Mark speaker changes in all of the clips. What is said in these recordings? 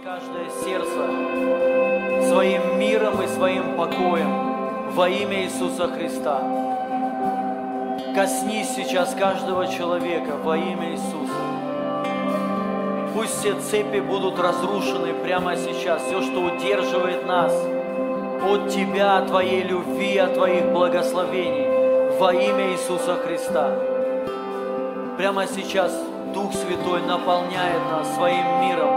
Speaker 1: каждое сердце своим миром и своим покоем во имя Иисуса Христа. Коснись сейчас каждого человека во имя Иисуса. Пусть все цепи будут разрушены прямо сейчас. Все, что удерживает нас от Тебя, от Твоей любви, от Твоих благословений во имя Иисуса Христа. Прямо сейчас Дух Святой наполняет нас своим миром,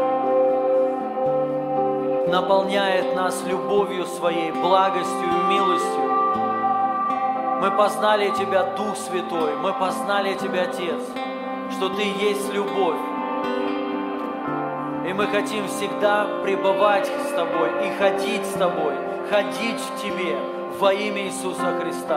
Speaker 1: наполняет нас любовью Своей, благостью и милостью. Мы познали Тебя, Дух Святой, мы познали Тебя, Отец, что Ты есть любовь. И мы хотим всегда пребывать с Тобой и ходить с Тобой, ходить в Тебе во имя Иисуса Христа.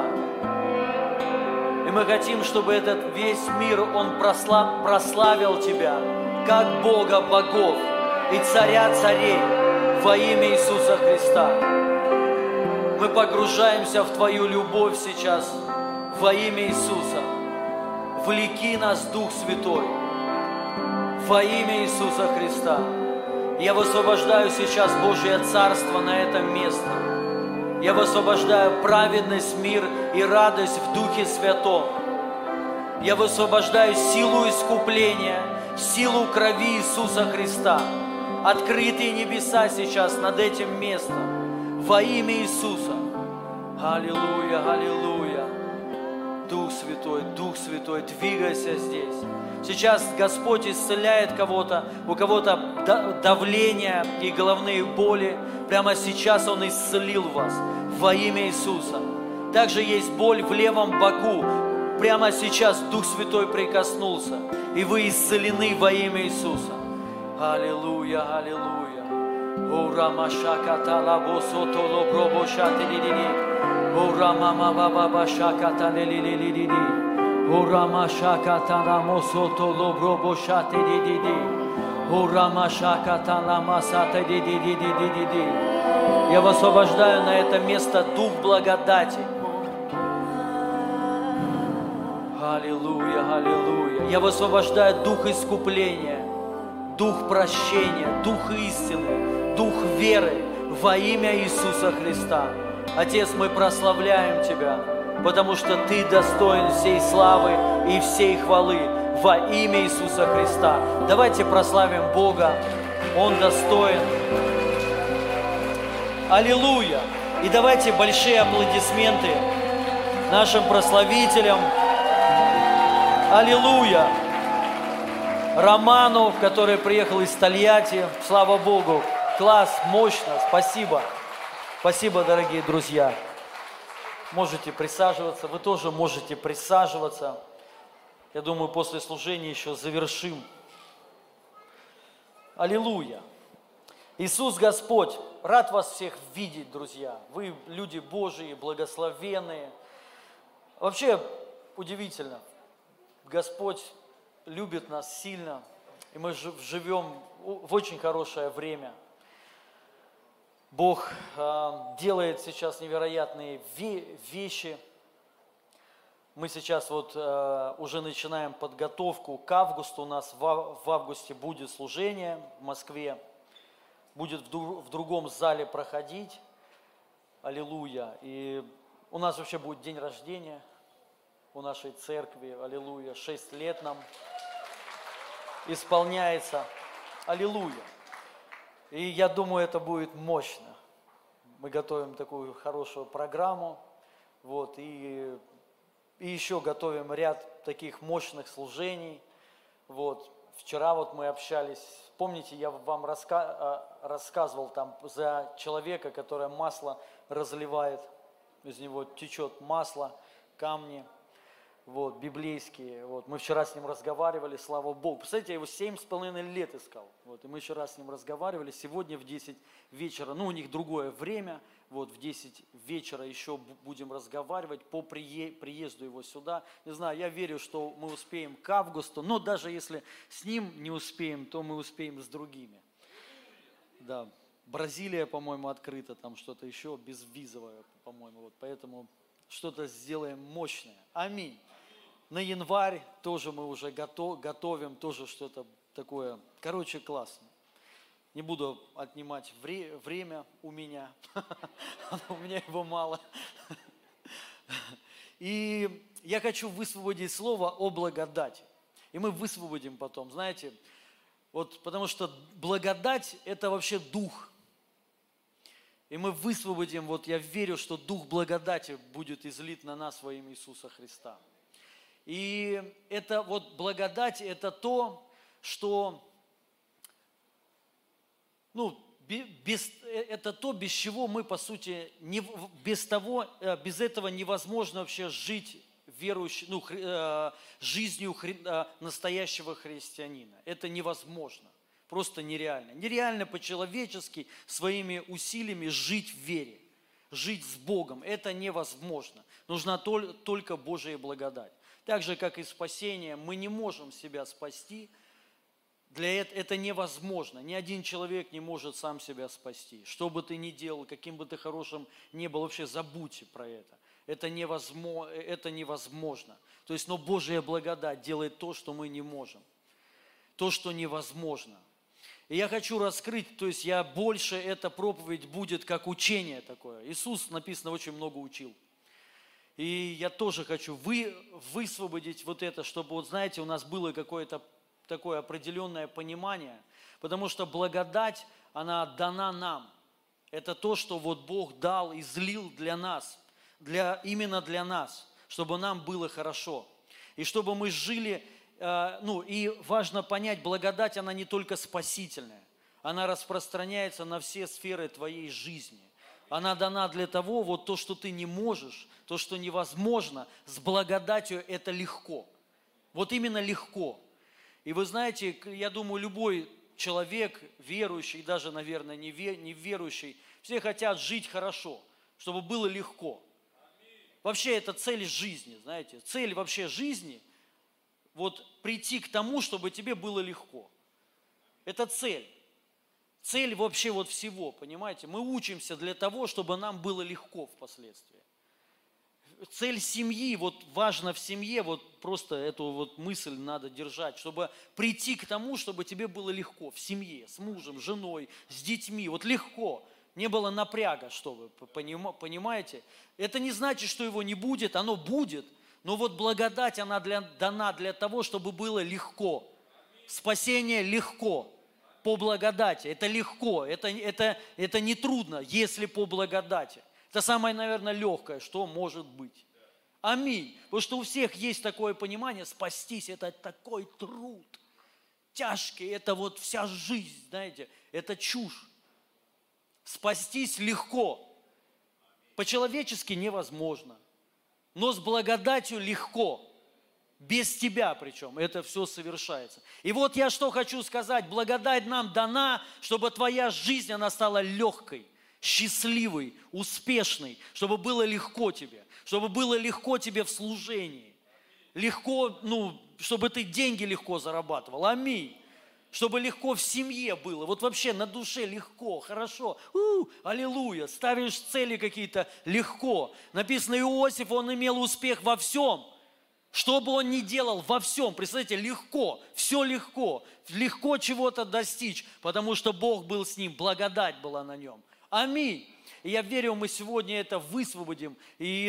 Speaker 1: И мы хотим, чтобы этот весь мир, он прославил Тебя, как Бога богов и Царя царей во имя Иисуса Христа. Мы погружаемся в Твою любовь сейчас во имя Иисуса. Влеки нас, Дух Святой, во имя Иисуса Христа. Я высвобождаю сейчас Божье Царство на это место. Я высвобождаю праведность, мир и радость в Духе Святом. Я высвобождаю силу искупления, силу крови Иисуса Христа. Открытые небеса сейчас над этим местом во имя Иисуса. Аллилуйя, аллилуйя. Дух Святой, двигайся здесь. Сейчас Господь исцеляет кого-то, у кого-то давление и головные боли. Прямо сейчас Он исцелил вас во имя Иисуса. Также есть боль в левом боку. Прямо сейчас Дух Святой прикоснулся, и вы исцелены во имя Иисуса. Аллилуйя, аллилуйя. Ура машака талабосо толобробо шатилили. Ура мама баба шаката лили. Ура машака таламосо толобробо шатилили. Ура машака таламасата лили. Я высвобождаю на это место Дух благодати. Аллилуйя, аллилуйя. Я высвобождаю Дух искупления, Дух прощения, Дух истины, Дух веры во имя Иисуса Христа. Отец, мы прославляем Тебя, потому что Ты достоин всей славы и всей хвалы во имя Иисуса Христа. Давайте прославим Бога, Он достоин. Аллилуйя! И давайте большие аплодисменты нашим прославителям. Аллилуйя! Роману, который приехал из Тольятти. Слава Богу! Класс, мощно, спасибо. Спасибо, дорогие друзья. Можете присаживаться, вы тоже можете присаживаться. Я думаю, после служения еще завершим. Аллилуйя! Иисус Господь, рад вас всех видеть, друзья. Вы люди Божии, благословенные. Вообще удивительно. Господь любит нас сильно, и мы живем в очень хорошее время. Бог делает сейчас невероятные вещи. Мы сейчас уже начинаем подготовку к августу. У нас в августе будет служение в Москве. Будет в другом зале проходить. Аллилуйя. И у нас вообще будет день рождения у нашей церкви. Аллилуйя. 6 лет нам исполняется. Аллилуйя. И я думаю, это будет мощно. Мы готовим такую хорошую программу. И еще готовим ряд таких мощных служений. Вчера мы общались. Помните, я вам рассказывал там за человека, который масло разливает. Из него течет масло, камни. Библейские. Мы вчера с ним разговаривали, слава Богу. Представляете, я его 7,5 лет искал. И мы вчера с ним разговаривали. Сегодня в 10 вечера, у них другое время. В 10 вечера еще будем разговаривать по приезду его сюда. Не знаю, я верю, что мы успеем к августу, но даже если с ним не успеем, то мы успеем с другими. Да, Бразилия, по-моему, открыта, там что-то еще безвизовое, по-моему. Поэтому что-то сделаем мощное. Аминь. На январь тоже мы уже готовим, тоже что-то такое. Короче, классно. Не буду отнимать время у меня. У меня его мало. И я хочу высвободить слово о благодати. И мы высвободим потом, знаете, вот потому что благодать – это вообще дух. И мы высвободим, вот я верю, что дух благодати будет излит на нас во имя Иисуса Христа. И это вот благодать – это то, что, это то, без чего мы, по сути, без этого невозможно вообще жить жизнью настоящего христианина. Это невозможно, просто нереально. Нереально по-человечески своими усилиями жить в вере, жить с Богом. Это невозможно. Нужна только Божья благодать. Так же, как и спасение, мы не можем себя спасти. Это невозможно. Ни один человек не может сам себя спасти. Что бы ты ни делал, каким бы ты хорошим ни был, вообще забудьте про это. Это невозможно. То есть, но Божья благодать делает то, что мы не можем. То, что невозможно. И я хочу раскрыть, то есть эта проповедь будет как учение такое. Иисус, написано, очень много учил. И я тоже хочу высвободить вот это, чтобы, вот знаете, у нас было какое-то такое определенное понимание, потому что благодать, она дана нам. Это то, что вот Бог дал, излил для нас, именно для нас, чтобы нам было хорошо. И чтобы мы жили, и важно понять, благодать, она не только спасительная, она распространяется на все сферы твоей жизни. Она дана для того, вот то, что ты не можешь, то, что невозможно, с благодатью это легко. Вот именно легко. И вы знаете, я думаю, любой человек, верующий, даже, наверное, не верующий, все хотят жить хорошо, чтобы было легко. Вообще это цель жизни, знаете. Цель вообще жизни – вот прийти к тому, чтобы тебе было легко. Это цель. Цель вообще вот всего, понимаете. Мы учимся для того, чтобы нам было легко впоследствии. Цель семьи, вот важно в семье, вот просто эту вот мысль надо держать, чтобы прийти к тому, чтобы тебе было легко в семье, с мужем, женой, с детьми, вот легко, не было напряга, что вы понимаете. Это не значит, что его не будет, оно будет, но вот благодать, она дана для того, чтобы было легко. Спасение легко, по благодати, это легко, это не трудно, если по благодати. Это самое, наверное, легкое, что может быть. Аминь. Потому что у всех есть такое понимание, спастись – это такой труд. Тяжкий, это вот вся жизнь, знаете, это чушь. Спастись легко. По-человечески невозможно. Но с благодатью легко. Без тебя причем это все совершается. И вот я что хочу сказать. Благодать нам дана, чтобы твоя жизнь, она стала легкой. Счастливый, успешный, чтобы было легко тебе, чтобы было легко тебе в служении, легко, чтобы ты деньги легко зарабатывал, аминь, чтобы легко в семье было, вот вообще на душе легко, хорошо, аллилуйя, ставишь цели какие-то легко, написано Иосиф, он имел успех во всем, что бы он ни делал, во всем, представляете, легко, все легко чего-то достичь, потому что Бог был с ним, благодать была на нем. Аминь. И я верю, мы сегодня это высвободим. И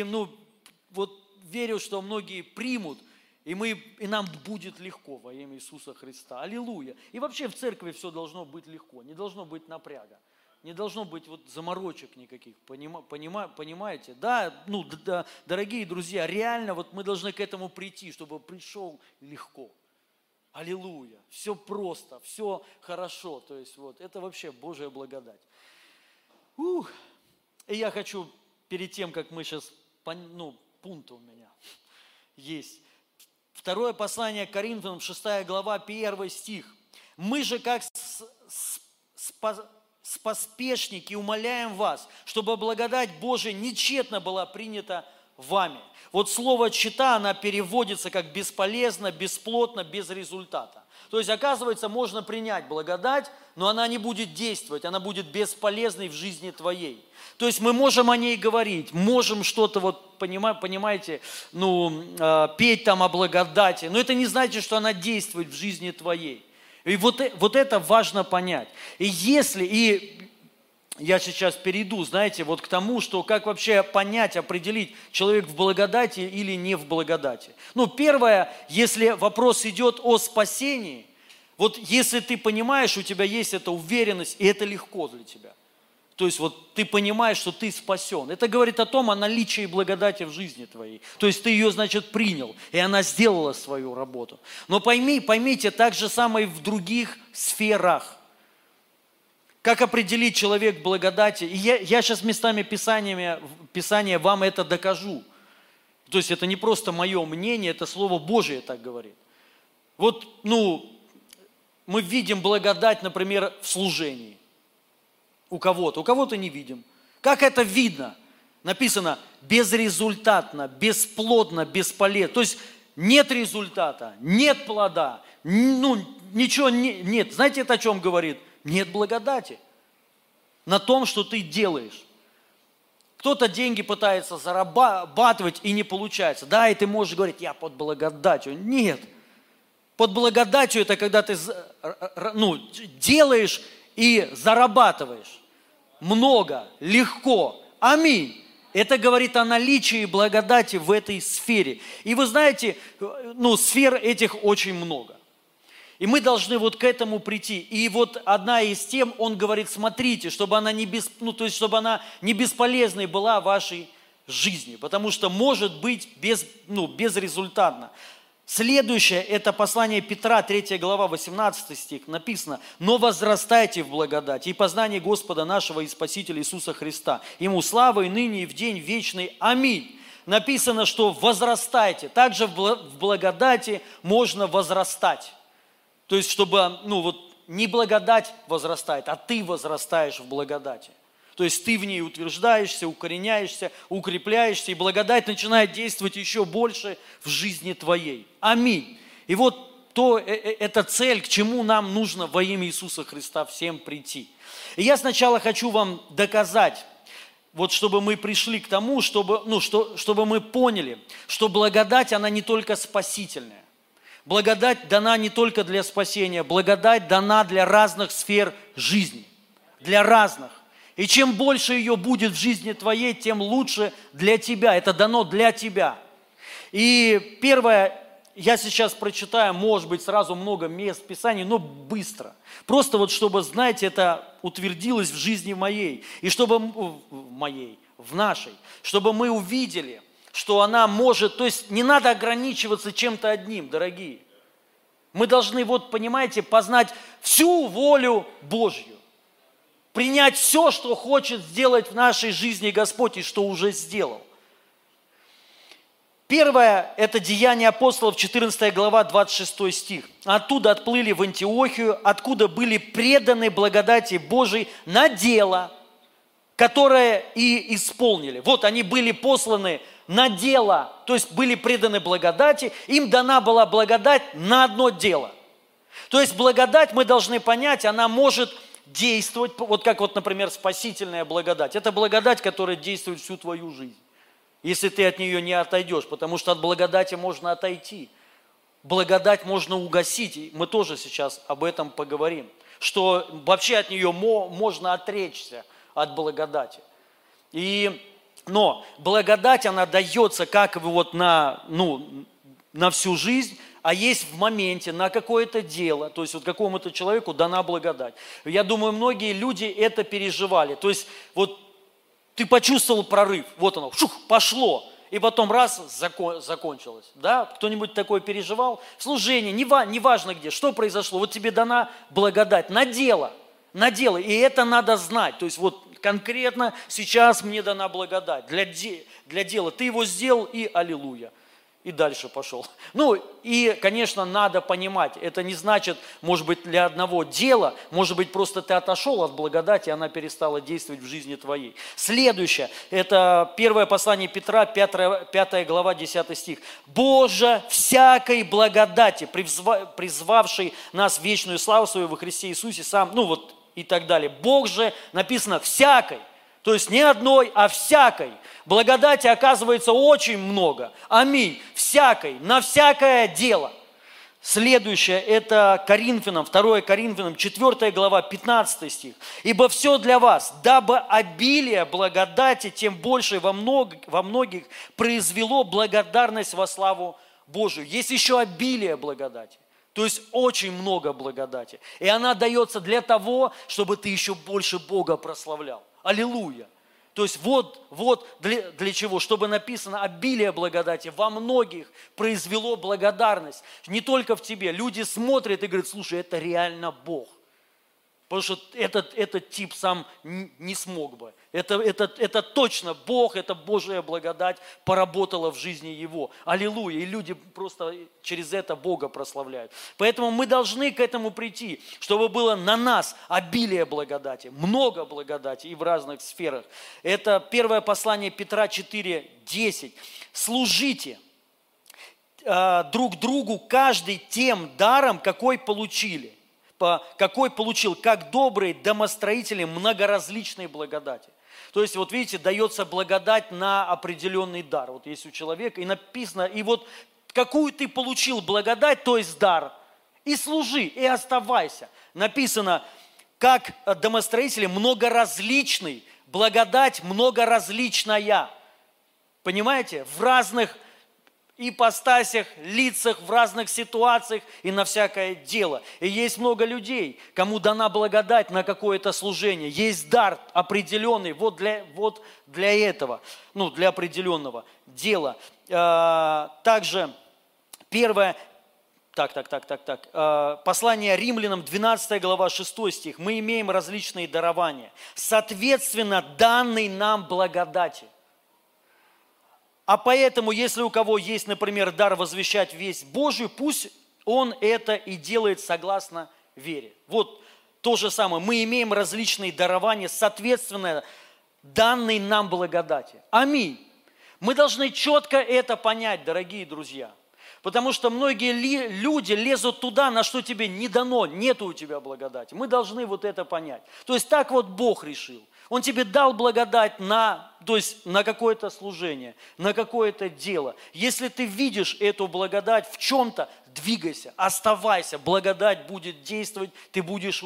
Speaker 1: верю, что многие примут, и нам будет легко во имя Иисуса Христа. Аллилуйя. И вообще в церкви все должно быть легко, не должно быть напряга, не должно быть заморочек никаких, понимаете? Да, дорогие друзья, реально мы должны к этому прийти, чтобы пришел легко. Аллилуйя. Все просто, все хорошо. То есть это вообще Божья благодать. И я хочу, перед тем, как мы сейчас, пункт у меня есть. Второе послание к Коринфянам, 6 глава, 1 стих. «Мы же, как споспешники, умоляем вас, чтобы благодать Божия нечетно была принята вами». Вот слово «чета», она переводится как «бесполезно», «бесплотно», «без результата». То есть, оказывается, можно принять благодать, но она не будет действовать, она будет бесполезной в жизни твоей. То есть, мы можем о ней говорить, можем что-то, понимаете, петь там о благодати, но это не значит, что она действует в жизни твоей. И вот это важно понять. И я сейчас перейду, знаете, вот к тому, что как вообще понять, определить, человек в благодати или не в благодати. Первое, если вопрос идет о спасении, вот если ты понимаешь, у тебя есть эта уверенность, и это легко для тебя. То есть вот ты понимаешь, что ты спасен. Это говорит о том, о наличии благодати в жизни твоей. То есть ты ее, значит, принял, и она сделала свою работу. Но поймите, так же самое и в других сферах. Как определить человек в благодати? И я сейчас местами Писания вам это докажу. То есть это не просто мое мнение, это Слово Божие так говорит. Вот, мы видим благодать, например, в служении. У кого-то не видим. Как это видно? Написано безрезультатно, бесплодно, бесполезно. То есть нет результата, нет плода, ничего нет. Знаете, это о чем говорит? Нет благодати на том, что ты делаешь. Кто-то деньги пытается зарабатывать и не получается. Да, и ты можешь говорить, я под благодатью. Нет. Под благодатью это когда ты делаешь и зарабатываешь. Много, легко. Аминь. Это говорит о наличии благодати в этой сфере. И вы знаете, сфер этих очень много. И мы должны вот к этому прийти. И вот одна из тем, он говорит, смотрите, чтобы она не бесполезной была в вашей жизни. Потому что может быть безрезультатно. Следующее, это послание Петра, 3 глава, 18 стих, написано: «Но возрастайте в благодати и познании Господа нашего и Спасителя Иисуса Христа. Ему слава и ныне, и в день вечный. Аминь». Написано, что возрастайте. Также в благодати можно возрастать. То есть, чтобы, не благодать возрастает, а ты возрастаешь в благодати. То есть, ты в ней утверждаешься, укореняешься, укрепляешься, и благодать начинает действовать еще больше в жизни твоей. Аминь. И вот это цель, к чему нам нужно во имя Иисуса Христа всем прийти. И я сначала хочу вам доказать, вот чтобы мы пришли к тому, чтобы мы поняли, что благодать, она не только спасительная. Благодать дана не только для спасения, благодать дана для разных сфер жизни, для разных. И чем больше ее будет в жизни твоей, тем лучше для тебя. Это дано для тебя. И первое, я сейчас прочитаю, может быть, сразу много мест Писаний, но быстро. Просто вот чтобы, знаете, это утвердилось в жизни моей, и чтобы в нашей, чтобы мы увидели, что она может, то есть не надо ограничиваться чем-то одним, дорогие. Мы должны, понимаете, познать всю волю Божью. Принять все, что хочет сделать в нашей жизни Господь и что уже сделал. Первое, это Деяния апостолов, 14 глава, 26 стих. «Оттуда отплыли в Антиохию, откуда были преданы благодати Божией на дело, которое и исполнили». Вот они были посланы на дело, то есть были преданы благодати, им дана была благодать на одно дело. То есть благодать, мы должны понять, она может действовать, вот как, например, спасительная благодать. Это благодать, которая действует всю твою жизнь, если ты от нее не отойдешь, потому что от благодати можно отойти. Благодать можно угасить, и мы тоже сейчас об этом поговорим, что вообще от нее можно отречься, от благодати. Но благодать, она дается как на всю жизнь, а есть в моменте, на какое-то дело, то есть какому-то человеку дана благодать. Я думаю, многие люди это переживали. То есть ты почувствовал прорыв, оно, пошло, и потом раз, закончилось. Да? Кто-нибудь такое переживал? Служение, неважно где, что произошло, тебе дана благодать на дело, и это надо знать. То есть конкретно сейчас мне дана благодать для дела. Ты его сделал, и аллилуйя. И дальше пошел. И, конечно, надо понимать, это не значит, может быть, для одного дела, может быть, просто ты отошел от благодати, и она перестала действовать в жизни твоей. Следующее, это первое послание Петра, 5 глава, 10 стих. «Боже, всякой благодати, призвавший нас в вечную славу свою во Христе Иисусе сам», и так далее. Бог же, написано, всякой. То есть не одной, а всякой. Благодати оказывается очень много. Аминь. Всякой, на всякое дело. Следующее, это Коринфянам, 2 Коринфянам, 4 глава, 15 стих. «Ибо все для вас, дабы обилие благодати, тем больше во многих произвело благодарность во славу Божию». Есть еще обилие благодати, то есть очень много благодати. И она дается для того, чтобы ты еще больше Бога прославлял. Аллилуйя! То есть вот для чего, чтобы написано обилие благодати во многих произвело благодарность. Не только в тебе. Люди смотрят и говорят, слушай, это реально Бог. Потому что этот тип сам не смог бы. Это точно Бог, это Божья благодать поработала в жизни его. Аллилуйя. И люди просто через это Бога прославляют. Поэтому мы должны к этому прийти, чтобы было на нас обилие благодати, много благодати и в разных сферах. Это первое послание Петра 4:10. «Служите друг другу каждый тем даром, какой получил, как добрые домостроители многоразличной благодати». То есть, вот видите, дается благодать на определенный дар. Вот есть у человека, и написано, и вот какую ты получил благодать, то есть дар, и служи, и оставайся. Написано, как домостроители многоразличный, благодать многоразличная. Понимаете? В разных ипостасях, лицах, в разных ситуациях и на всякое дело. И есть много людей, кому дана благодать на какое-то служение. Есть дар определенный вот для этого, для определенного дела. Также послание Римлянам, 12 глава, 6 стих. «Мы имеем различные дарования, соответственно данной нам благодати». А поэтому, если у кого есть, например, дар возвещать весть Божию, пусть он это и делает согласно вере. Вот то же самое. Мы имеем различные дарования, соответственно, данной нам благодати. Аминь. Мы должны четко это понять, дорогие друзья. Потому что многие люди лезут туда, на что тебе не дано, нету у тебя благодати. Мы должны вот это понять. То есть так вот Бог решил. Он тебе дал благодать на какое-то служение, на какое-то дело. Если ты видишь эту благодать в чем-то, двигайся, оставайся. Благодать будет действовать, ты будешь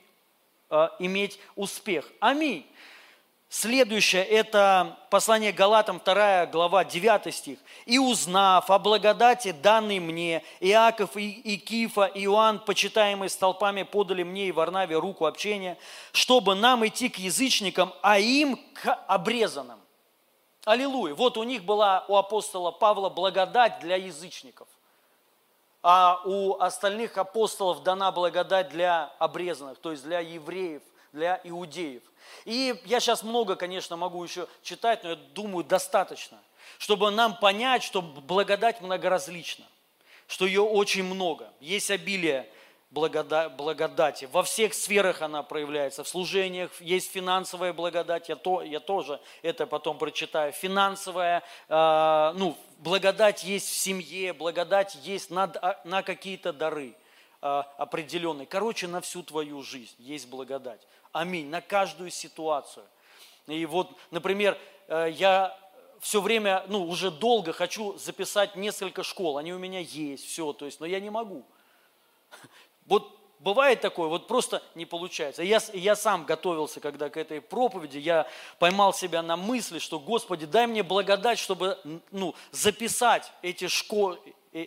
Speaker 1: иметь успех. Аминь. Следующее, это послание Галатам, 2 глава, 9 стих. «И узнав о благодати, данной мне, Иаков и Кифа, и Иоанн, почитаемые столпами, подали мне и Варнаве руку общения, чтобы нам идти к язычникам, а им к обрезанным». Аллилуйя! Вот у них была, у апостола Павла, благодать для язычников, а у остальных апостолов дана благодать для обрезанных, то есть для евреев, для иудеев. И я сейчас много, конечно, могу еще читать, но я думаю, достаточно, чтобы нам понять, что благодать многоразлична, что ее очень много. Есть обилие благодати. Во всех сферах она проявляется. В служениях есть финансовая благодать. Я тоже это потом прочитаю. Финансовая, благодать есть в семье, благодать есть на какие-то дары определенные. Короче, на всю твою жизнь есть благодать. Аминь. На каждую ситуацию. И вот, например, я все время, уже долго хочу записать несколько школ. Они у меня есть, все, но я не могу. Вот бывает такое, вот просто не получается. Я сам готовился, когда к этой проповеди, я поймал себя на мысли, что, Господи, дай мне благодать, чтобы записать эти школы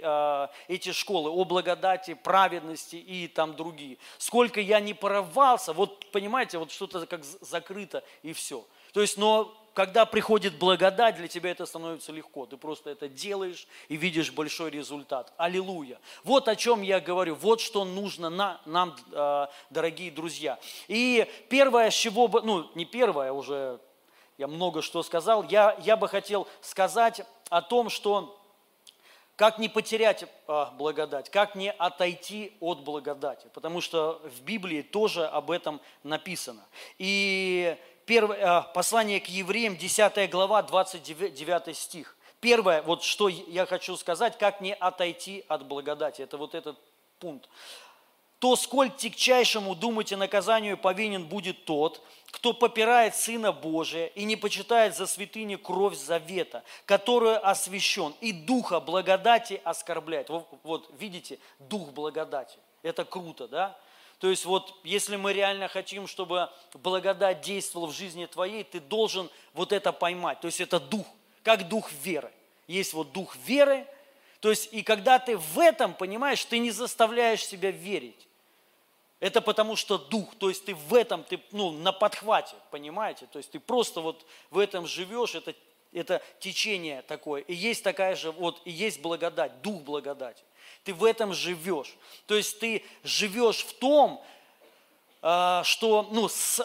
Speaker 1: о благодати, праведности и там другие. Сколько я не порывался, вот понимаете, вот что-то как закрыто и все. То есть, но когда приходит благодать, для тебя это становится легко. Ты просто это делаешь и видишь большой результат. Аллилуйя. Вот о чем я говорю, вот что нужно нам, дорогие друзья. И первое, с чего бы, не первое, уже я много что сказал, я бы хотел сказать о том, что как не потерять благодать, как не отойти от благодати, потому что в Библии тоже об этом написано. И послание к евреям, 10 глава, 29 стих. Первое, вот что я хочу сказать, как не отойти от благодати, это вот этот пункт. то сколь тягчайшему, думайте, наказанию повинен будет тот, кто попирает Сына Божия и не почитает за святыни кровь завета, которую освящен, и Духа благодати оскорбляет. Вот видите, Дух благодати. Это круто, да? То есть вот если мы реально хотим, чтобы благодать действовала в жизни твоей, ты должен вот это поймать. То есть это дух, как дух веры. Есть вот дух веры, то есть и когда ты в этом понимаешь, ты не заставляешь себя верить. Это потому что дух, то есть ты в этом, ты на подхвате, понимаете? То есть ты просто вот в этом живешь, это течение такое. И есть такая же, вот и есть благодать, дух благодати. Ты в этом живешь. То есть ты живешь в том, что, с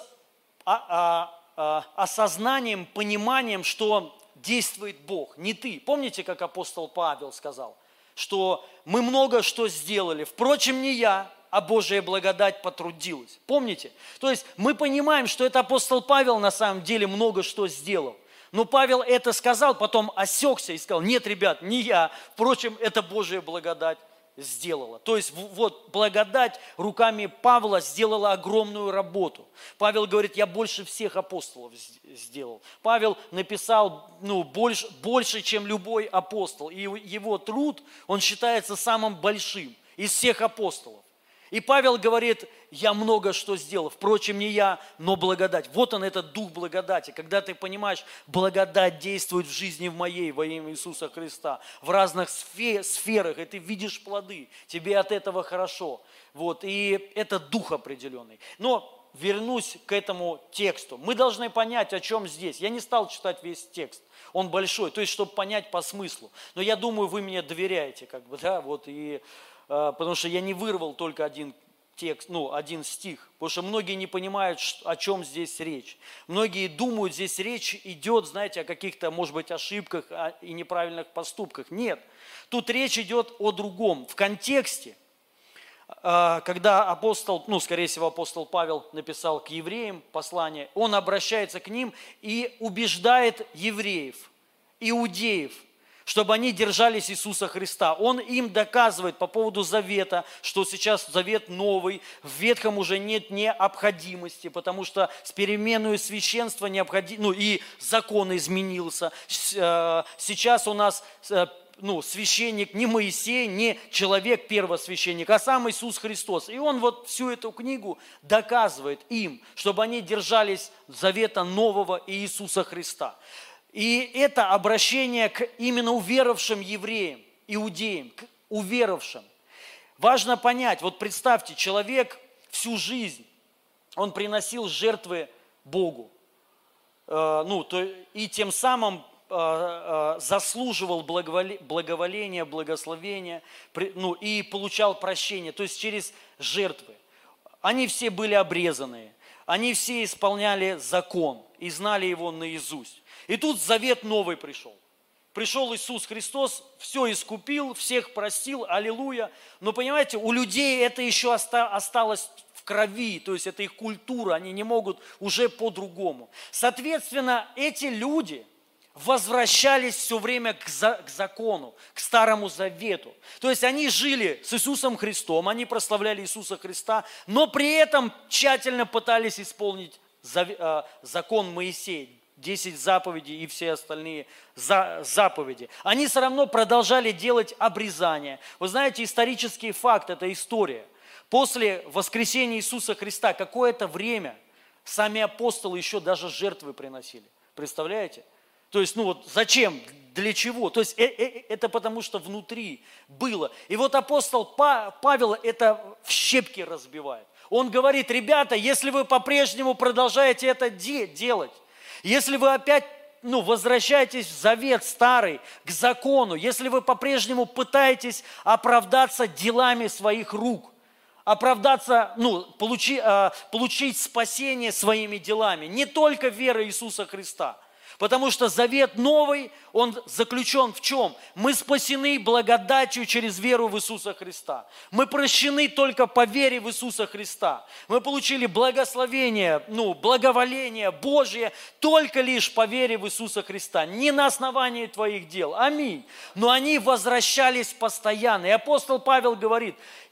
Speaker 1: осознанием, пониманием, что действует Бог, не ты. Помните, как апостол Павел сказал, что мы много что сделали, впрочем, не я, а Божья благодать потрудилась. Помните? То есть мы понимаем, что это апостол Павел на самом деле много что сделал. Но Павел это сказал, потом осекся и сказал, нет, ребят, не я, впрочем, это Божья благодать сделала. То есть вот благодать руками Павла сделала огромную работу. Павел говорит, я больше всех апостолов сделал. Павел написал больше, чем любой апостол. И его труд, он считается самым большим из всех апостолов. И Павел говорит, я много что сделал, впрочем, не я, но благодать. Вот он, этот дух благодати, когда ты понимаешь, благодать действует в жизни в моей во имя Иисуса Христа, в разных сферах, и ты видишь плоды, тебе от этого хорошо. Вот, и это дух определенный. Но вернусь к этому тексту. Мы должны понять, о чем здесь. Я не стал читать весь текст, он большой, то есть, чтобы понять по смыслу. Но я думаю, вы мне доверяете, потому что я не вырвал только один текст, один стих, потому что многие не понимают, о чем здесь речь. Многие думают, здесь речь идет, знаете, о каких-то, может быть, ошибках и неправильных поступках. Нет, тут речь идет о другом. В контексте, когда апостол, скорее всего, апостол Павел написал к евреям послание, он обращается к ним и убеждает евреев, иудеев, чтобы они держались Иисуса Христа. Он им доказывает по поводу завета, что сейчас завет новый, в ветхом уже нет необходимости, потому что с переменой священства необходимо, и закон изменился. Сейчас у нас священник не Моисей, не человек первосвященник, а сам Иисус Христос. И он вот всю эту книгу доказывает им, чтобы они держались завета нового Иисуса Христа. И это обращение к именно уверовавшим евреям, иудеям, к уверовавшим. Важно понять, вот представьте, человек всю жизнь, он приносил жертвы Богу, и тем самым заслуживал благоволение, благословение, и получал прощение, то есть через жертвы. Они все были обрезанные, они все исполняли закон и знали его наизусть. И тут завет новый пришел. Пришел Иисус Христос, все искупил, всех простил, аллилуйя. Но понимаете, у людей это еще осталось в крови, то есть это их культура, они не могут уже по-другому. Соответственно, эти люди возвращались все время к закону, к Старому Завету. То есть они жили с Иисусом Христом, они прославляли Иисуса Христа, но при этом тщательно пытались исполнить закон Моисея, 10 заповедей и все остальные заповеди. Они все равно продолжали делать обрезание. Вы знаете, исторический факт, это история. После воскресения Иисуса Христа какое-то время сами апостолы еще даже жертвы приносили. Представляете? То есть, зачем? Для чего? То есть, это потому, что внутри было. И вот апостол Павел это в щепки разбивает. Он говорит, ребята, если вы по-прежнему продолжаете это делать, если вы опять возвращаетесь в завет старый, к закону, если вы по-прежнему пытаетесь оправдаться делами своих рук, оправдаться, получить спасение своими делами, не только верой Иисуса Христа. Потому что завет новый, он заключен в чем? Мы спасены благодатью через веру в Иисуса Христа. Мы прощены только по вере в Иисуса Христа. Мы получили благословение, благоволение Божье только лишь по вере в Иисуса Христа. Не на основании твоих дел. Аминь. Но они возвращались постоянно. И апостол Павел говорит,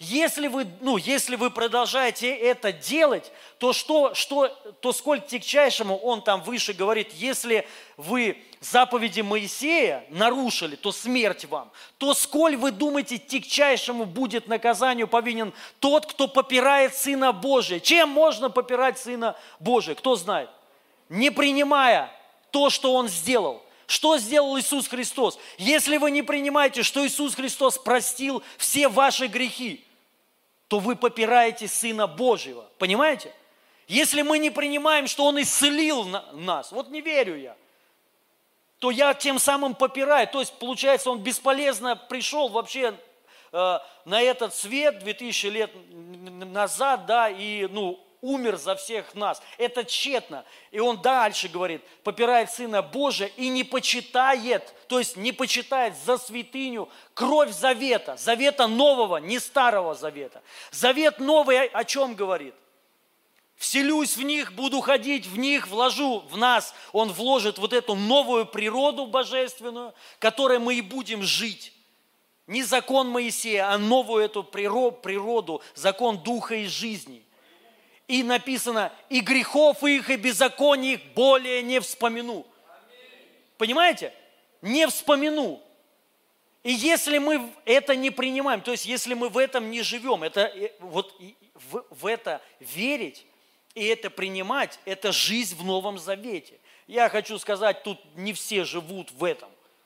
Speaker 1: Если вы продолжаете это делать, то сколь тягчайшему он там выше говорит, если вы заповеди Моисея нарушили, то смерть вам, то сколь вы думаете, тягчайшему будет наказанию повинен тот, кто попирает Сына Божия. Чем можно попирать Сына Божия? Кто знает? Не принимая то, что Он сделал. Что сделал Иисус Христос? Если вы не принимаете, что Иисус Христос простил все ваши грехи, то вы попираете Сына Божьего. Понимаете? Если мы не принимаем, что Он исцелил нас, вот не верю я, то я тем самым попираю. То есть, получается, Он бесполезно пришел вообще на этот свет 2000 лет назад, да, и, умер за всех нас. Это тщетно. И он дальше говорит, попирает Сына Божия и не почитает, то есть не почитает за святыню кровь завета. Завета нового, не старого завета. Завет новый о чем говорит? Вселюсь в них, буду ходить в них, вложу в нас. Он вложит вот эту новую природу божественную, которой мы и будем жить. Не закон Моисея, а новую эту природу, закон духа и жизни. И написано, и грехов их, и беззаконий их более не вспомину. Понимаете? Не вспомину. И если мы это не принимаем, то есть если мы в этом не живем, это, вот в это верить и это принимать, это жизнь в Новом Завете. Я хочу сказать, тут не все живут в этом.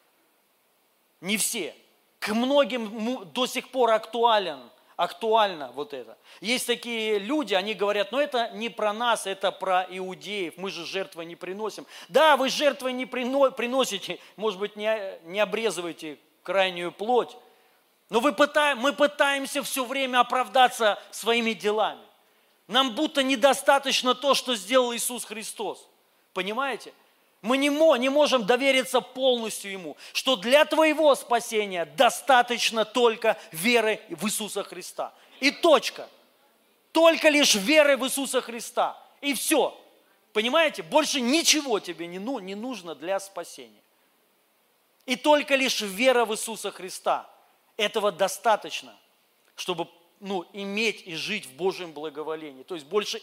Speaker 1: Не все. К многим до сих пор актуально вот это. Есть такие люди, они говорят, это не про нас, это про иудеев, мы же жертвы не приносим. Да, вы жертвы не приносите, может быть, не обрезываете крайнюю плоть, но мы пытаемся все время оправдаться своими делами. Нам будто недостаточно то, что сделал Иисус Христос. Понимаете? Мы не можем довериться полностью Ему, что для твоего спасения достаточно только веры в Иисуса Христа. И точка. Только лишь веры в Иисуса Христа. И все. Понимаете? Больше ничего тебе не нужно для спасения. И только лишь вера в Иисуса Христа. Этого достаточно, чтобы иметь и жить в Божьем благоволении. То есть больше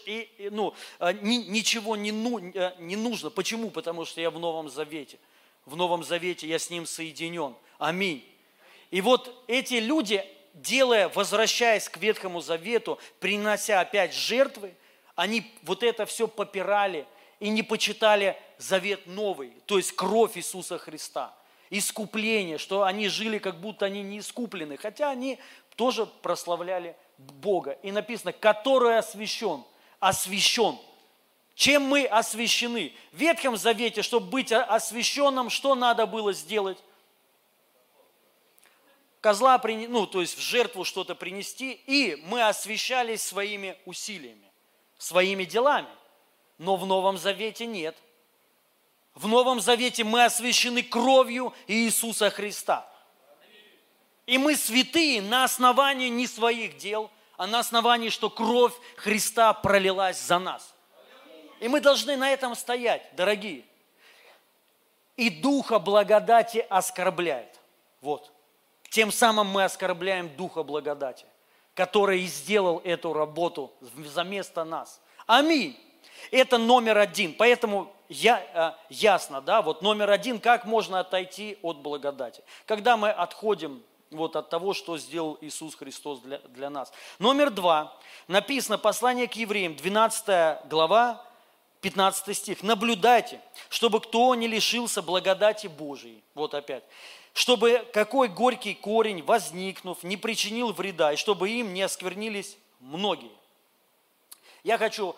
Speaker 1: ничего не нужно. Почему? Потому что я в Новом Завете. В Новом Завете я с Ним соединен. Аминь. И вот эти люди, возвращаясь к Ветхому Завету, принося опять жертвы, они вот это все попирали и не почитали Завет Новый, то есть кровь Иисуса Христа. Искупление, что они жили, как будто они не искуплены, хотя они тоже прославляли Бога. И написано, который освящен. Чем мы освящены? В Ветхом Завете, чтобы быть освященным, что надо было сделать? Козла, то есть в жертву что-то принести, и мы освящались своими усилиями, своими делами. Но в Новом Завете нет. В Новом Завете мы освящены кровью Иисуса Христа. И мы святые на основании не своих дел, а на основании, что кровь Христа пролилась за нас. И мы должны на этом стоять, дорогие. И Духа благодати оскорбляет. Вот. Тем самым мы оскорбляем Духа благодати, который и сделал эту работу заместо нас. Аминь. Это номер один. Поэтому ясно, да, вот номер один, как можно отойти от благодати. Когда мы отходим от того, что сделал Иисус Христос для нас. Номер два. Написано, послание к евреям, 12 глава, 15 стих. Наблюдайте, чтобы кто не лишился благодати Божией. Вот опять. Чтобы какой горький корень, возникнув, не причинил вреда, и чтобы им не осквернились многие. Я хочу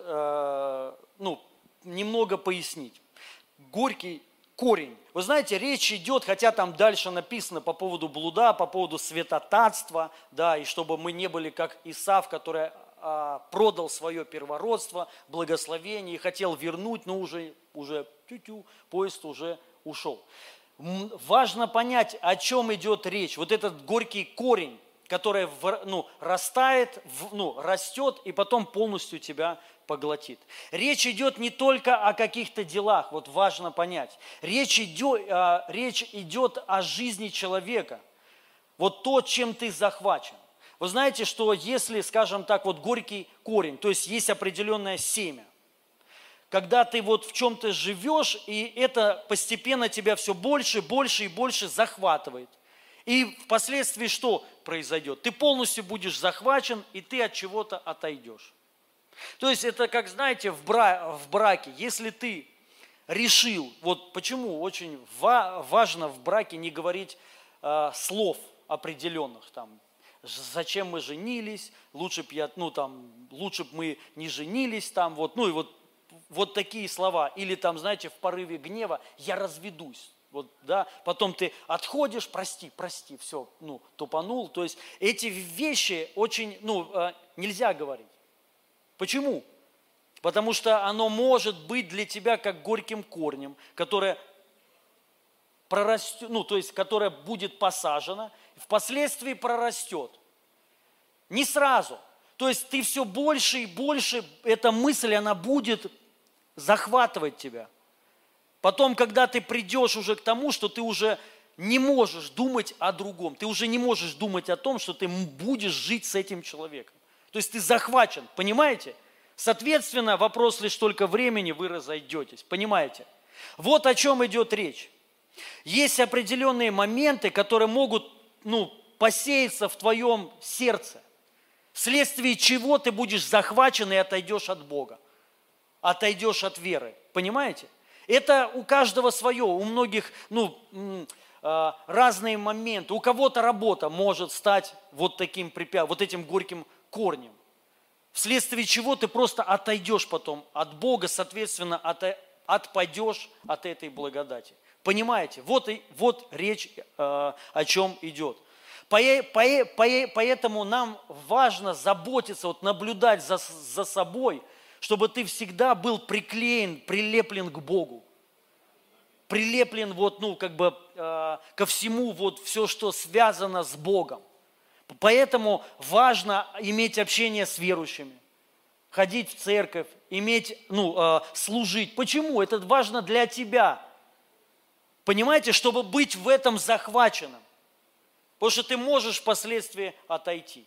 Speaker 1: немного пояснить. Горький корень. Вы знаете, речь идет, хотя там дальше написано по поводу блуда, по поводу святотатства, да, и чтобы мы не были как Исав, который продал свое первородство, благословение и хотел вернуть, но уже поезд уже ушел. Важно понять, о чем идет речь. Вот этот горький корень, который растает, растет и потом полностью тебя поглотит. Речь идет не только о каких-то делах, вот важно понять. Речь идет о жизни человека. Вот то, чем ты захвачен. Вы знаете, что если, скажем так, вот горький корень, то есть есть определенное семя, когда ты вот в чем-то живешь, и это постепенно тебя все больше, больше и больше захватывает. И впоследствии что произойдет? Ты полностью будешь захвачен, и ты от чего-то отойдешь. То есть это, как знаете, в браке, если ты решил, вот почему очень важно в браке не говорить слов определенных, там, зачем мы женились, лучше бы мы не женились, там, вот, ну и вот такие слова, или там, знаете, в порыве гнева я разведусь. Вот, да, потом ты отходишь, прости, все, тупанул. То есть эти вещи очень, нельзя говорить. Почему? Потому что оно может быть для тебя как горьким корнем, которое прорастет, которое будет посажено, впоследствии прорастет. Не сразу. То есть ты все больше и больше, эта мысль, она будет захватывать тебя. Потом, когда ты придешь уже к тому, что ты уже не можешь думать о другом, ты уже не можешь думать о том, что ты будешь жить с этим человеком. То есть ты захвачен, понимаете? Соответственно, вопрос лишь только времени, вы разойдетесь, понимаете? Вот о чем идет речь. Есть определенные моменты, которые могут, посеяться в твоем сердце, вследствие чего ты будешь захвачен и отойдешь от Бога, отойдешь от веры, понимаете? Это у каждого свое, у многих разные моменты. У кого-то работа может стать вот этим горьким корнем, вследствие чего ты просто отойдешь потом от Бога, соответственно, отпадешь от этой благодати. Понимаете? Вот речь о чем идет. Поэтому нам важно заботиться, наблюдать за собой, чтобы ты всегда был прилеплен к Богу. Прилеплен ко всему, все, что связано с Богом. Поэтому важно иметь общение с верующими, ходить в церковь, служить. Почему? Это важно для тебя. Понимаете, чтобы быть в этом захваченным. Потому что ты можешь впоследствии отойти.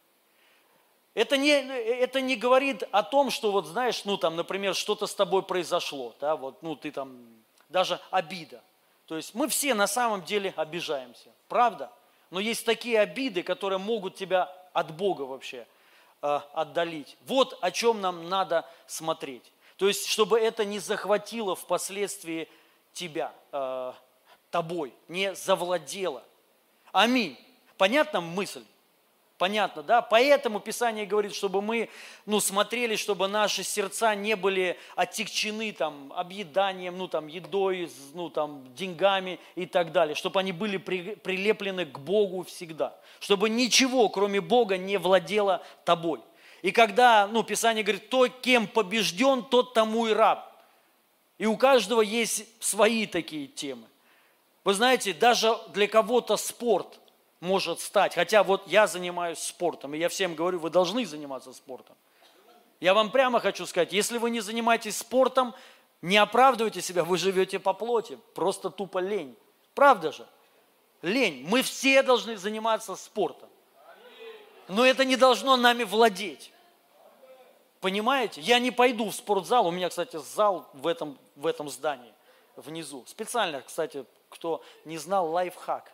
Speaker 1: Это не говорит о том, что например, что-то с тобой произошло, да, ты там, даже обида. То есть мы все на самом деле обижаемся, правда? Но есть такие обиды, которые могут тебя от Бога вообще отдалить. Вот о чем нам надо смотреть. То есть, чтобы это не захватило впоследствии тебя, тобой, не завладело. Аминь. Понятна мысль? Понятно, да? Поэтому Писание говорит, чтобы мы смотрели, чтобы наши сердца не были отягчены объеданием, едой, деньгами и так далее. Чтобы они были прилеплены к Богу всегда. Чтобы ничего, кроме Бога, не владело тобой. И когда, Писание говорит, то, кем побежден, тот тому и раб. И у каждого есть свои такие темы. Вы знаете, даже для кого-то спорт может стать. Хотя я занимаюсь спортом, и я всем говорю, вы должны заниматься спортом. Я вам прямо хочу сказать, если вы не занимаетесь спортом, не оправдывайте себя, вы живете по плоти. Просто тупо лень. Правда же? Лень. Мы все должны заниматься спортом. Но это не должно нами владеть. Понимаете? Я не пойду в спортзал. У меня, кстати, зал в этом здании внизу. Специально, кстати, кто не знал, лайфхак.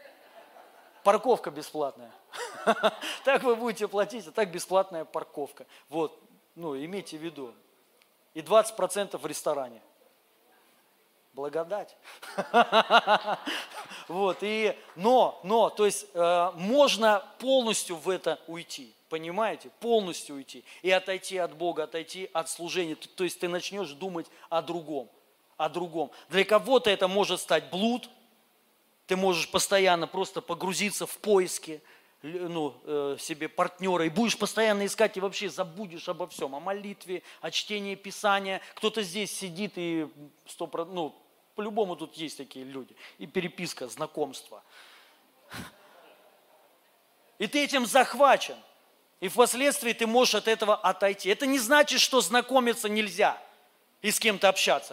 Speaker 1: Парковка бесплатная. Так вы будете платить, а так бесплатная парковка. Имейте в виду. И 20% в ресторане. Благодать. То есть можно полностью в это уйти. Понимаете? Полностью уйти. И отойти от Бога, отойти от служения. То есть ты начнешь думать о другом. Для кого-то это может стать блуд. Ты можешь постоянно просто погрузиться в поиски себе партнера, и будешь постоянно искать, и вообще забудешь обо всем, о молитве, о чтении Писания. Кто-то здесь сидит, и по-любому тут есть такие люди. И переписка, знакомство. И ты этим захвачен. И впоследствии ты можешь от этого отойти. Это не значит, что знакомиться нельзя и с кем-то общаться.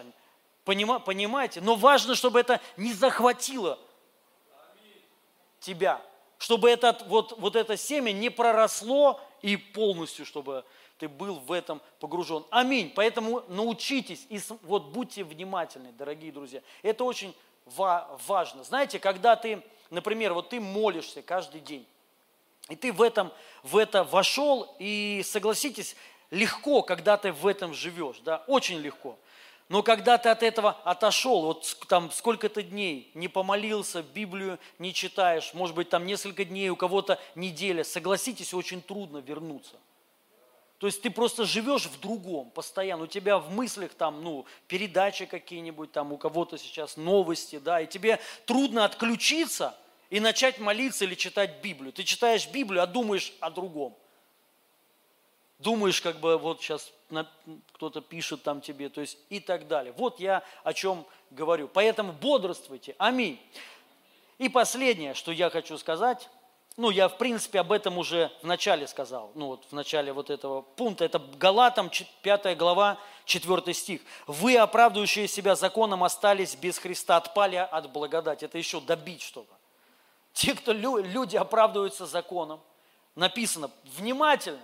Speaker 1: Понимаете? Но важно, чтобы это не захватило тебя. Чтобы вот это семя не проросло и полностью, чтобы ты был в этом погружен. Аминь. Поэтому научитесь и вот будьте внимательны, дорогие друзья. Это очень важно. Знаете, когда ты, например, вот ты молишься каждый день, и ты в это вошел, и согласитесь, легко, когда ты в этом живешь, да, очень легко. Но когда ты от этого отошел, вот там сколько-то дней не помолился, Библию не читаешь, может быть, там несколько дней, у кого-то неделя, согласитесь, очень трудно вернуться. То есть ты просто живешь в другом постоянно, у тебя в мыслях там, передачи какие-нибудь, там у кого-то сейчас новости, да, и тебе трудно отключиться и начать молиться или читать Библию. Ты читаешь Библию, а думаешь о другом. Думаешь, как бы вот сейчас кто-то пишет там тебе, то есть и так далее. Вот я о чем говорю. Поэтому бодрствуйте. Аминь. И последнее, что я хочу сказать, я в принципе об этом уже в начале сказал, в начале вот этого пункта, это Галатам 5 глава, 4 стих. Вы, оправдывающие себя законом, остались без Христа, отпали от благодати. Это еще добить чтобы. Те, кто люди оправдываются законом, написано внимательно.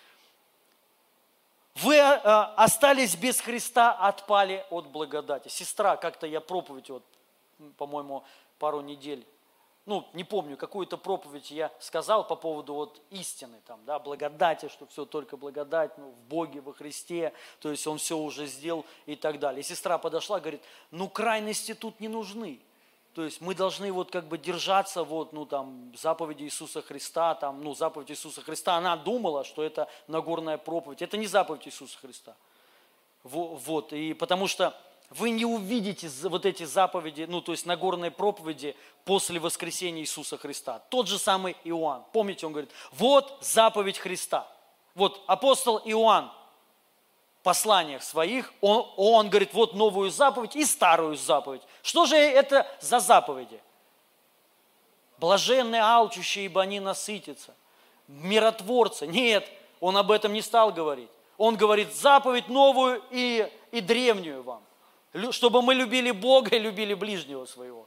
Speaker 1: Вы остались без Христа, отпали от благодати. Сестра, как-то я проповедь, по-моему, пару недель, не помню, какую-то проповедь я сказал по поводу истины, благодати, что все только благодать, в Боге, во Христе, то есть Он все уже сделал и так далее. И сестра подошла, говорит, крайности тут не нужны. То есть мы должны держаться заповеди Иисуса Христа, заповедь Иисуса Христа. Она думала, что это Нагорная проповедь. Это не заповедь Иисуса Христа. И потому что вы не увидите вот эти заповеди, то есть Нагорной проповеди после воскресения Иисуса Христа. Тот же самый Иоанн. Помните, он говорит, вот заповедь Христа. Вот апостол Иоанн в посланиях своих, он говорит, вот новую заповедь и старую заповедь. Что же это за заповеди? Блаженные алчущие, ибо они насытятся. Миротворцы. Нет, он об этом не стал говорить. Он говорит, заповедь новую и древнюю вам. Чтобы мы любили Бога и любили ближнего своего.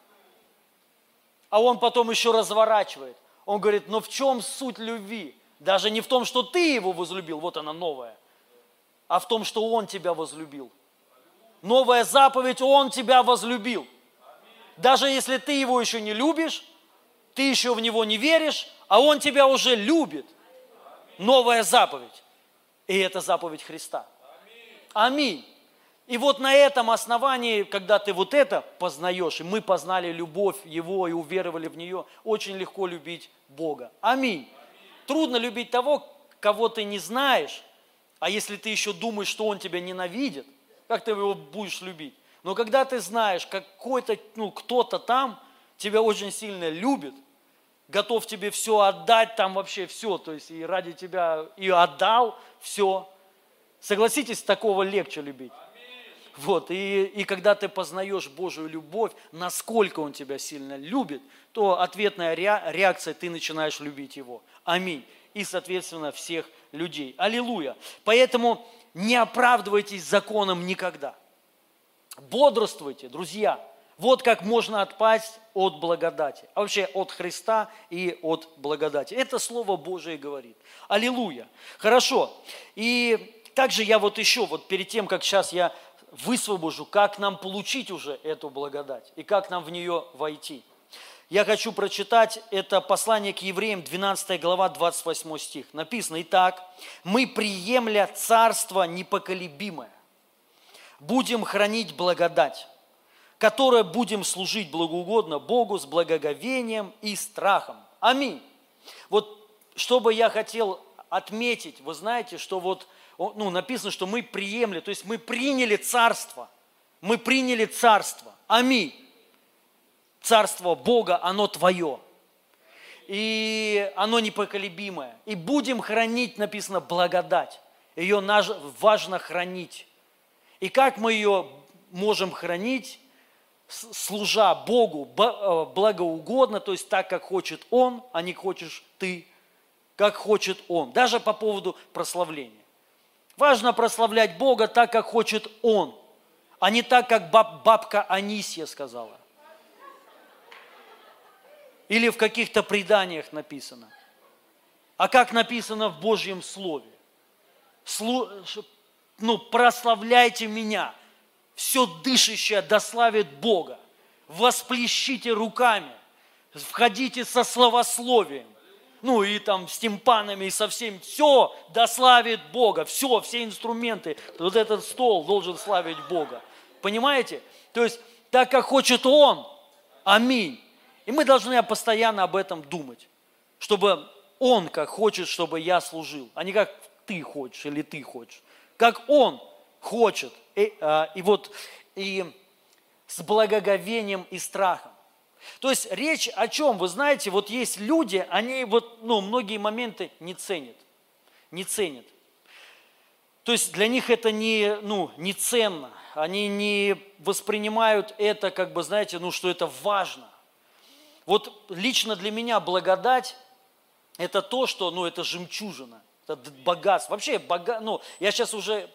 Speaker 1: А он потом еще разворачивает. Он говорит, но в чем суть любви? Даже не в том, что ты его возлюбил, вот она новая, а в том, что он тебя возлюбил. Новая заповедь, он тебя возлюбил. Даже если ты его еще не любишь, ты еще в него не веришь, а он тебя уже любит. Новая заповедь. И это заповедь Христа. Аминь. И вот на этом основании, когда ты вот это познаешь, и мы познали любовь Его и уверовали в нее, очень легко любить Бога. Аминь. Трудно любить того, кого ты не знаешь, а если ты еще думаешь, что Он тебя ненавидит, как ты его будешь любить? Но когда ты знаешь, какой-то, кто-то там тебя очень сильно любит, готов тебе все отдать, там вообще все, то есть и ради тебя и отдал все. Согласитесь, такого легче любить. И когда ты познаешь Божию любовь, насколько Он тебя сильно любит, то ответная реакция, ты начинаешь любить Его. Аминь. И, соответственно, всех людей. Аллилуйя. Поэтому не оправдывайтесь законом никогда. Бодрствуйте, друзья. Вот как можно отпасть от благодати. А вообще от Христа и от благодати. Это Слово Божие говорит. Аллилуйя. Хорошо. И также я еще, перед тем, как сейчас я высвобожу, как нам получить уже эту благодать и как нам в нее войти. Я хочу прочитать это послание к евреям, 12 глава, 28 стих. Написано, итак, мы, приемля царство непоколебимое, будем хранить благодать, которой будем служить благоугодно Богу с благоговением и страхом. Аминь. Вот что бы я хотел отметить, вы знаете, что написано, что мы приемли, то есть мы приняли царство. Мы приняли царство. Аминь. Царство Бога, оно твое. И оно непоколебимое. И будем хранить, написано, благодать. Ее важно хранить. И как мы ее можем хранить? Служа Богу благоугодно, то есть так, как хочет Он, а не хочешь ты, как хочет Он. Даже по поводу прославления. Важно прославлять Бога так, как хочет Он, а не так, как бабка Анисья сказала. или в каких-то преданиях написано, а как написано в Божьем Слове. Прославляйте меня, все дышащее дославит Бога, восплещите руками, входите со словословием, и там с тимпанами, и со всем, все дославит Бога, все инструменты, вот этот стол должен славить Бога. Понимаете? То есть, так как хочет Он, аминь. И мы должны постоянно об этом думать, чтобы Он как хочет, чтобы я служил, а не как ты хочешь или ты хочешь. Как Он хочет. И с благоговением и страхом. То есть речь о чем? Вы знаете, вот есть люди, они многие моменты не ценят. Не ценят. То есть для них это не ценно. Они не воспринимают это, что это важно. Вот лично для меня благодать – это то, что, это жемчужина, это богатство. Вообще, я сейчас уже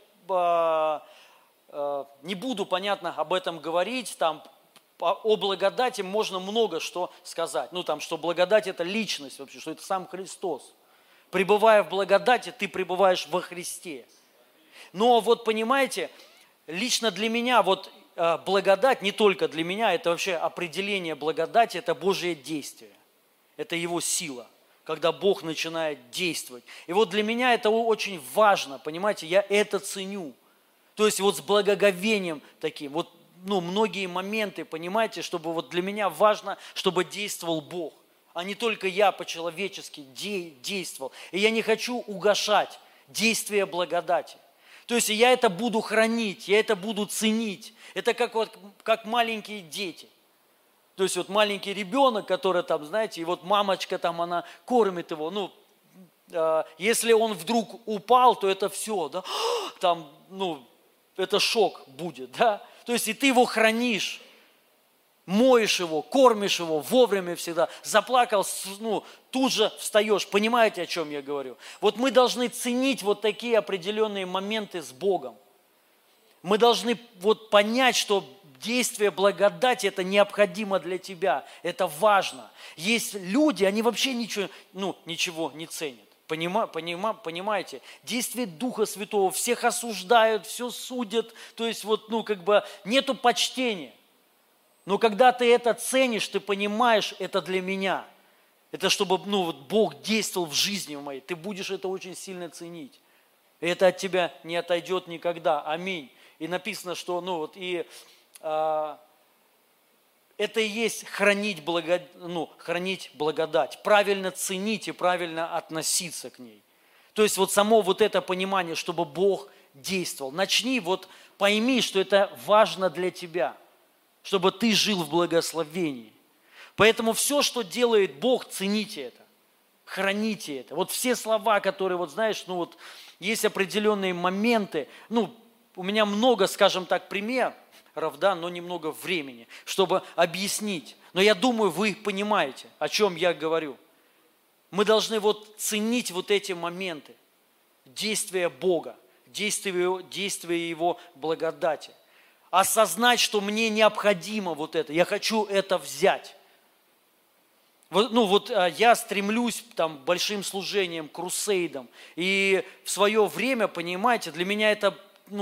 Speaker 1: не буду, понятно, об этом говорить, о благодати можно много что сказать. Что благодать – это личность вообще, что это сам Христос. Пребывая в благодати, ты пребываешь во Христе. Но понимаете, лично для меня благодать, не только для меня, это вообще определение благодати, это Божье действие. Это Его сила, когда Бог начинает действовать. И для меня это очень важно, понимаете, я это ценю. То есть с благоговением таким, многие моменты, понимаете, чтобы для меня важно, чтобы действовал Бог, а не только я по-человечески действовал. И я не хочу угашать действие благодати. То есть я это буду хранить, я это буду ценить. Это как маленькие дети. То есть маленький ребенок, который знаете, и мамочка она кормит его. Если он вдруг упал, то это все, да, это шок будет, да. То есть и ты его хранишь, моешь его, кормишь его вовремя всегда. Заплакал, тут же встаешь. Понимаете, о чем я говорю? Мы должны ценить такие определенные моменты с Богом. Мы должны понять, что действие благодати – это необходимо для тебя. Это важно. Есть люди, они вообще ничего не ценят. Понимаете? Действие Духа Святого, всех осуждают, все судят. То есть нету почтения. Но когда ты это ценишь, ты понимаешь, это для меня. Это чтобы Бог действовал в жизни моей. Ты будешь это очень сильно ценить. И это от тебя не отойдет никогда. Аминь. И написано, что это и есть хранить благодать. Правильно ценить и правильно относиться к ней. То есть само это понимание, чтобы Бог действовал. Начни, пойми, что это важно для тебя. Чтобы ты жил в благословении. Поэтому все, что делает Бог, цените это, храните это. Все слова, которые, есть определенные моменты, у меня много, скажем так, примеров, да, но немного времени, чтобы объяснить. Но я думаю, вы понимаете, о чем я говорю. Мы должны ценить эти моменты, действия Бога, действия Его благодати. Осознать, что мне необходимо это, я хочу это взять. Я стремлюсь большим служением, крусейдам, и в свое время, понимаете, для меня это,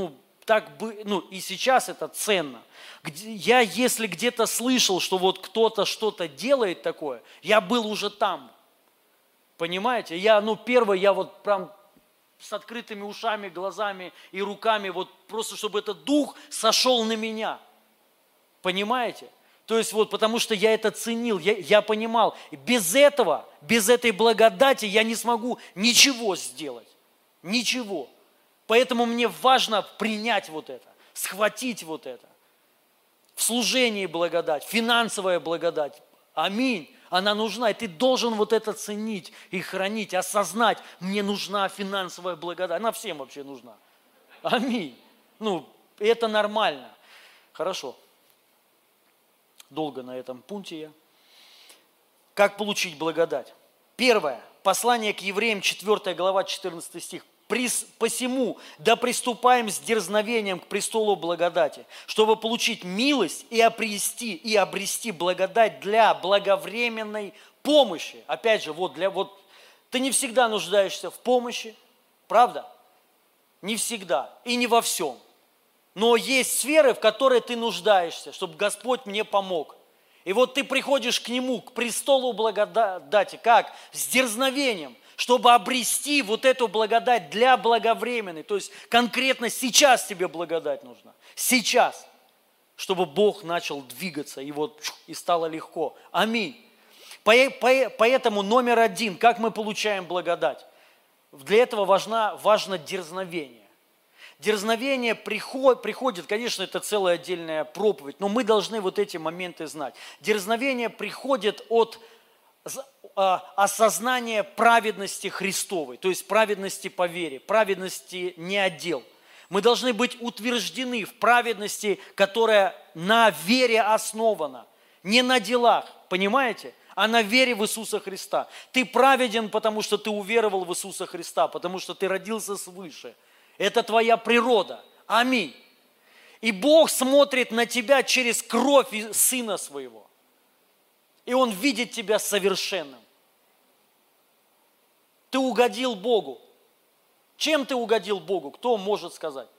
Speaker 1: и сейчас это ценно. Я, если где-то слышал, что кто-то что-то делает такое, я был уже там, понимаете, я прям с открытыми ушами, глазами и руками, просто чтобы этот дух сошел на меня. Понимаете? То есть потому что я это ценил, я понимал, без этой благодати я не смогу ничего сделать. Ничего. Поэтому мне важно принять это, схватить это. В служении благодать, финансовая благодать. Аминь. Она нужна, и ты должен это ценить и хранить, осознать, мне нужна финансовая благодать. Она всем вообще нужна. Аминь. Это нормально. Хорошо. Долго на этом пункте я. Как получить благодать? Первое. Послание к евреям, 4 глава, 14 стих. Посему да приступаем с дерзновением к престолу благодати, чтобы получить милость и обрести благодать для благовременной помощи. Опять же, ты не всегда нуждаешься в помощи, правда? Не всегда и не во всем. Но есть сферы, в которые ты нуждаешься, чтобы Господь мне помог. И вот ты приходишь к Нему, к престолу благодати, как? С дерзновением, чтобы обрести вот эту благодать для благовременной. То есть конкретно сейчас тебе благодать нужна. Сейчас. Чтобы Бог начал двигаться, и стало легко. Аминь. Поэтому номер один, как мы получаем благодать? Для этого важно дерзновение. Дерзновение приходит, конечно, это целая отдельная проповедь, но мы должны вот эти моменты знать. Дерзновение приходит от осознания праведности Христовой, то есть праведности по вере, праведности не от дел. Мы должны быть утверждены в праведности, которая на вере основана, не на делах, понимаете? А на вере в Иисуса Христа. Ты праведен, потому что ты уверовал в Иисуса Христа, потому что ты родился свыше. Это твоя природа. Аминь. И Бог смотрит на тебя через кровь Сына Своего. И Он видит тебя совершенным. Ты угодил Богу. Чем ты угодил Богу? Кто может сказать?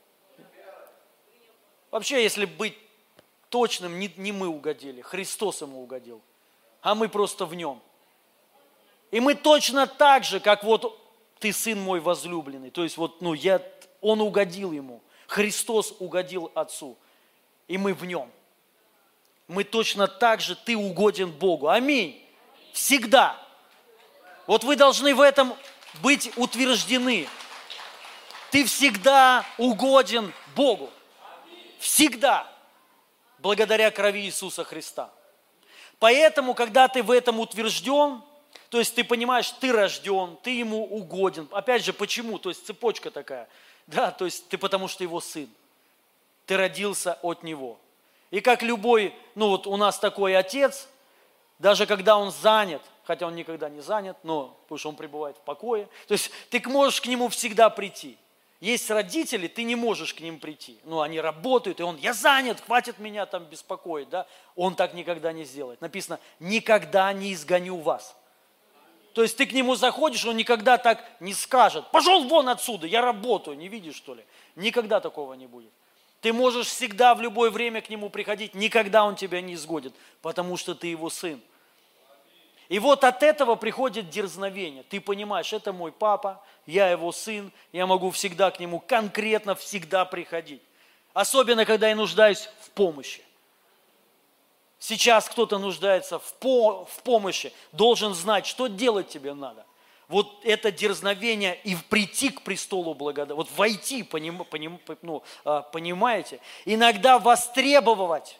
Speaker 1: Вообще, если быть точным, не мы угодили, Христос Ему угодил, а мы просто в Нем. И мы точно так же, как ты сын мой возлюбленный. То есть Он угодил Ему. Христос угодил Отцу. И мы в Нем. Мы точно так же, ты угоден Богу. Аминь. Всегда. Вы должны в этом быть утверждены. Ты всегда угоден Богу. Всегда. Благодаря крови Иисуса Христа. Поэтому, когда ты в этом утвержден, то есть ты понимаешь, ты рожден, ты Ему угоден. Опять же, почему? То есть цепочка такая. Да, то есть ты потому что Его сын. Ты родился от Него. И как любой, у нас такой отец, даже когда он занят, хотя он никогда не занят, потому что он пребывает в покое, то есть ты можешь к Нему всегда прийти. Есть родители, ты не можешь к ним прийти. Они работают, и я занят, хватит меня там беспокоить, да? Он так никогда не сделает. Написано, никогда не изгоню вас. То есть ты к нему заходишь, он никогда так не скажет, пошел вон отсюда, я работаю, не видишь что ли? Никогда такого не будет. Ты можешь всегда в любое время к нему приходить, никогда он тебя не изгонит, потому что ты его сын. И от этого приходит дерзновение. Ты понимаешь, это мой папа, я его сын, я могу всегда к нему конкретно всегда приходить. Особенно, когда я нуждаюсь в помощи. Сейчас кто-то нуждается в помощи, должен знать, что делать тебе надо. Это дерзновение и прийти к престолу благодати, войти, понимаете? Иногда востребовать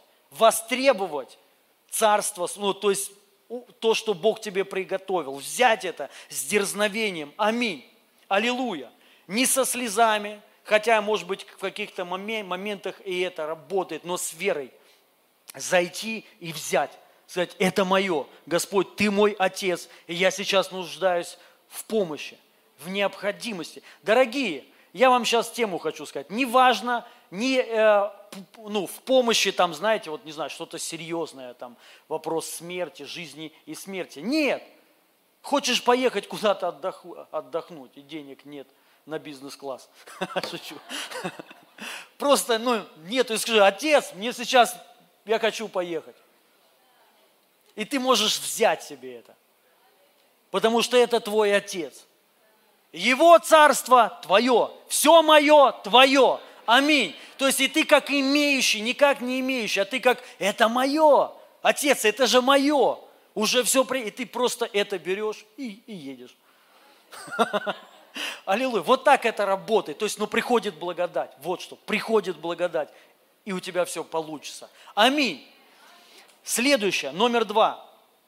Speaker 1: царство, то есть то, что Бог тебе приготовил, взять это с дерзновением. Аминь. Аллилуйя. Не со слезами, хотя, может быть, в каких-то моментах и это работает, но с верой. Зайти и взять. Сказать, это мое. Господь, Ты мой Отец, и я сейчас нуждаюсь в помощи, в необходимости. Дорогие, я вам сейчас тему хочу сказать. Не важно, в помощи, знаете, не знаю, что-то серьезное, вопрос смерти, жизни и смерти. Нет. Хочешь поехать куда-то отдохнуть, и денег нет на бизнес-класс. Шучу. Просто, нет, и скажи, Отец, мне сейчас, я хочу поехать. И ты можешь взять себе это. Потому что это твой Отец. Его царство твое. Все мое твое. Аминь. То есть и ты как имеющий, не как не имеющий, а ты как, это мое. Отец, это же мое. Уже все, и ты просто это берешь и едешь. Аллилуйя. Так это работает. То есть, приходит благодать. Что, приходит благодать. И у тебя все получится. Аминь. Следующее, номер 2.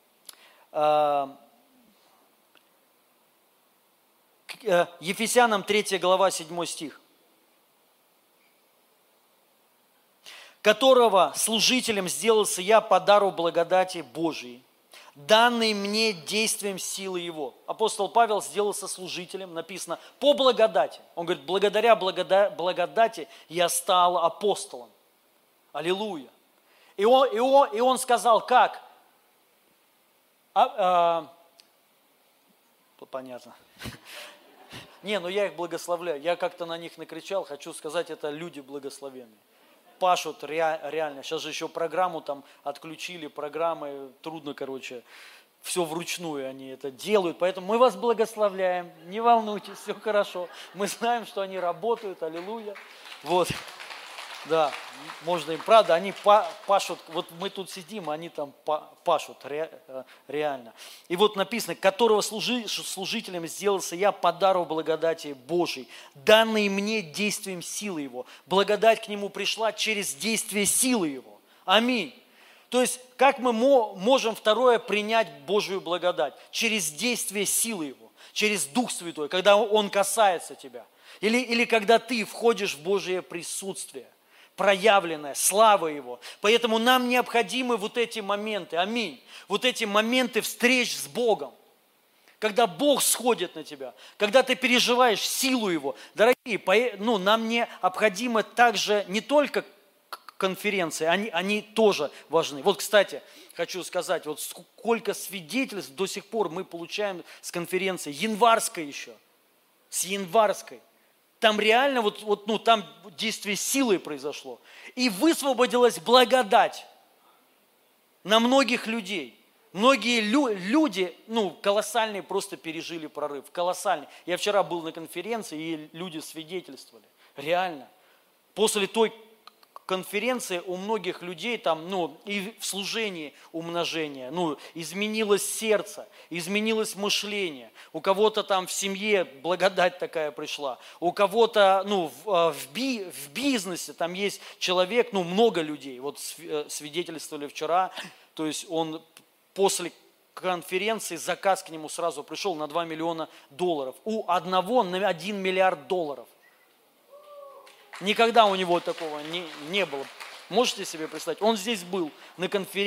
Speaker 1: Ефесянам 3 глава 7 стих. Которого служителем сделался я по дару благодати Божией, данный мне действием силы Его. Апостол Павел сделался служителем, написано, по благодати. Он говорит, благодаря благодати я стал апостолом. Аллилуйя. И он сказал, как? Понятно. Не, ну я их благословляю. Я как-то на них накричал, хочу сказать, это люди благословенные. Пашут реально. Сейчас же еще программу там отключили, программы, трудно, короче, все вручную они это делают. Поэтому мы вас благословляем, не волнуйтесь, все хорошо. Мы знаем, что они работают, аллилуйя. Вот. Да, можно им, правда, они пашут, вот мы тут сидим, они там пашут, реально. И вот написано, которого служителем сделался я по дару благодати Божией, данной мне действием силы Его. Благодать к Нему пришла через действие силы Его. Аминь. То есть, как мы можем второе принять Божию благодать? Через действие силы Его, через Дух Святой, когда Он касается тебя. Или когда ты входишь в Божие присутствие. Проявленная слава Его. Поэтому нам необходимы вот эти моменты, аминь, вот эти моменты встреч с Богом, когда Бог сходит на тебя, когда ты переживаешь силу Его. Дорогие, нам необходимо также не только конференции, они тоже важны. Вот, кстати, хочу сказать, вот сколько свидетельств до сих пор мы получаем с конференции, январской еще, с январской. Там реально, там действие силы произошло. И высвободилась благодать на многих людей. Многие люди, колоссальные просто пережили прорыв. Колоссальный. Я вчера был на конференции, и люди свидетельствовали. Реально. После той конференции у многих людей там, и в служении умножение, изменилось сердце, изменилось мышление. У кого-то там в семье благодать такая пришла, у кого-то, в бизнесе там есть человек, много людей, вот свидетельствовали вчера, то есть он после конференции, заказ к нему сразу пришел на $2 миллиона, у одного на $1 миллиард. Никогда у него такого не было. Можете себе представить? Он здесь был на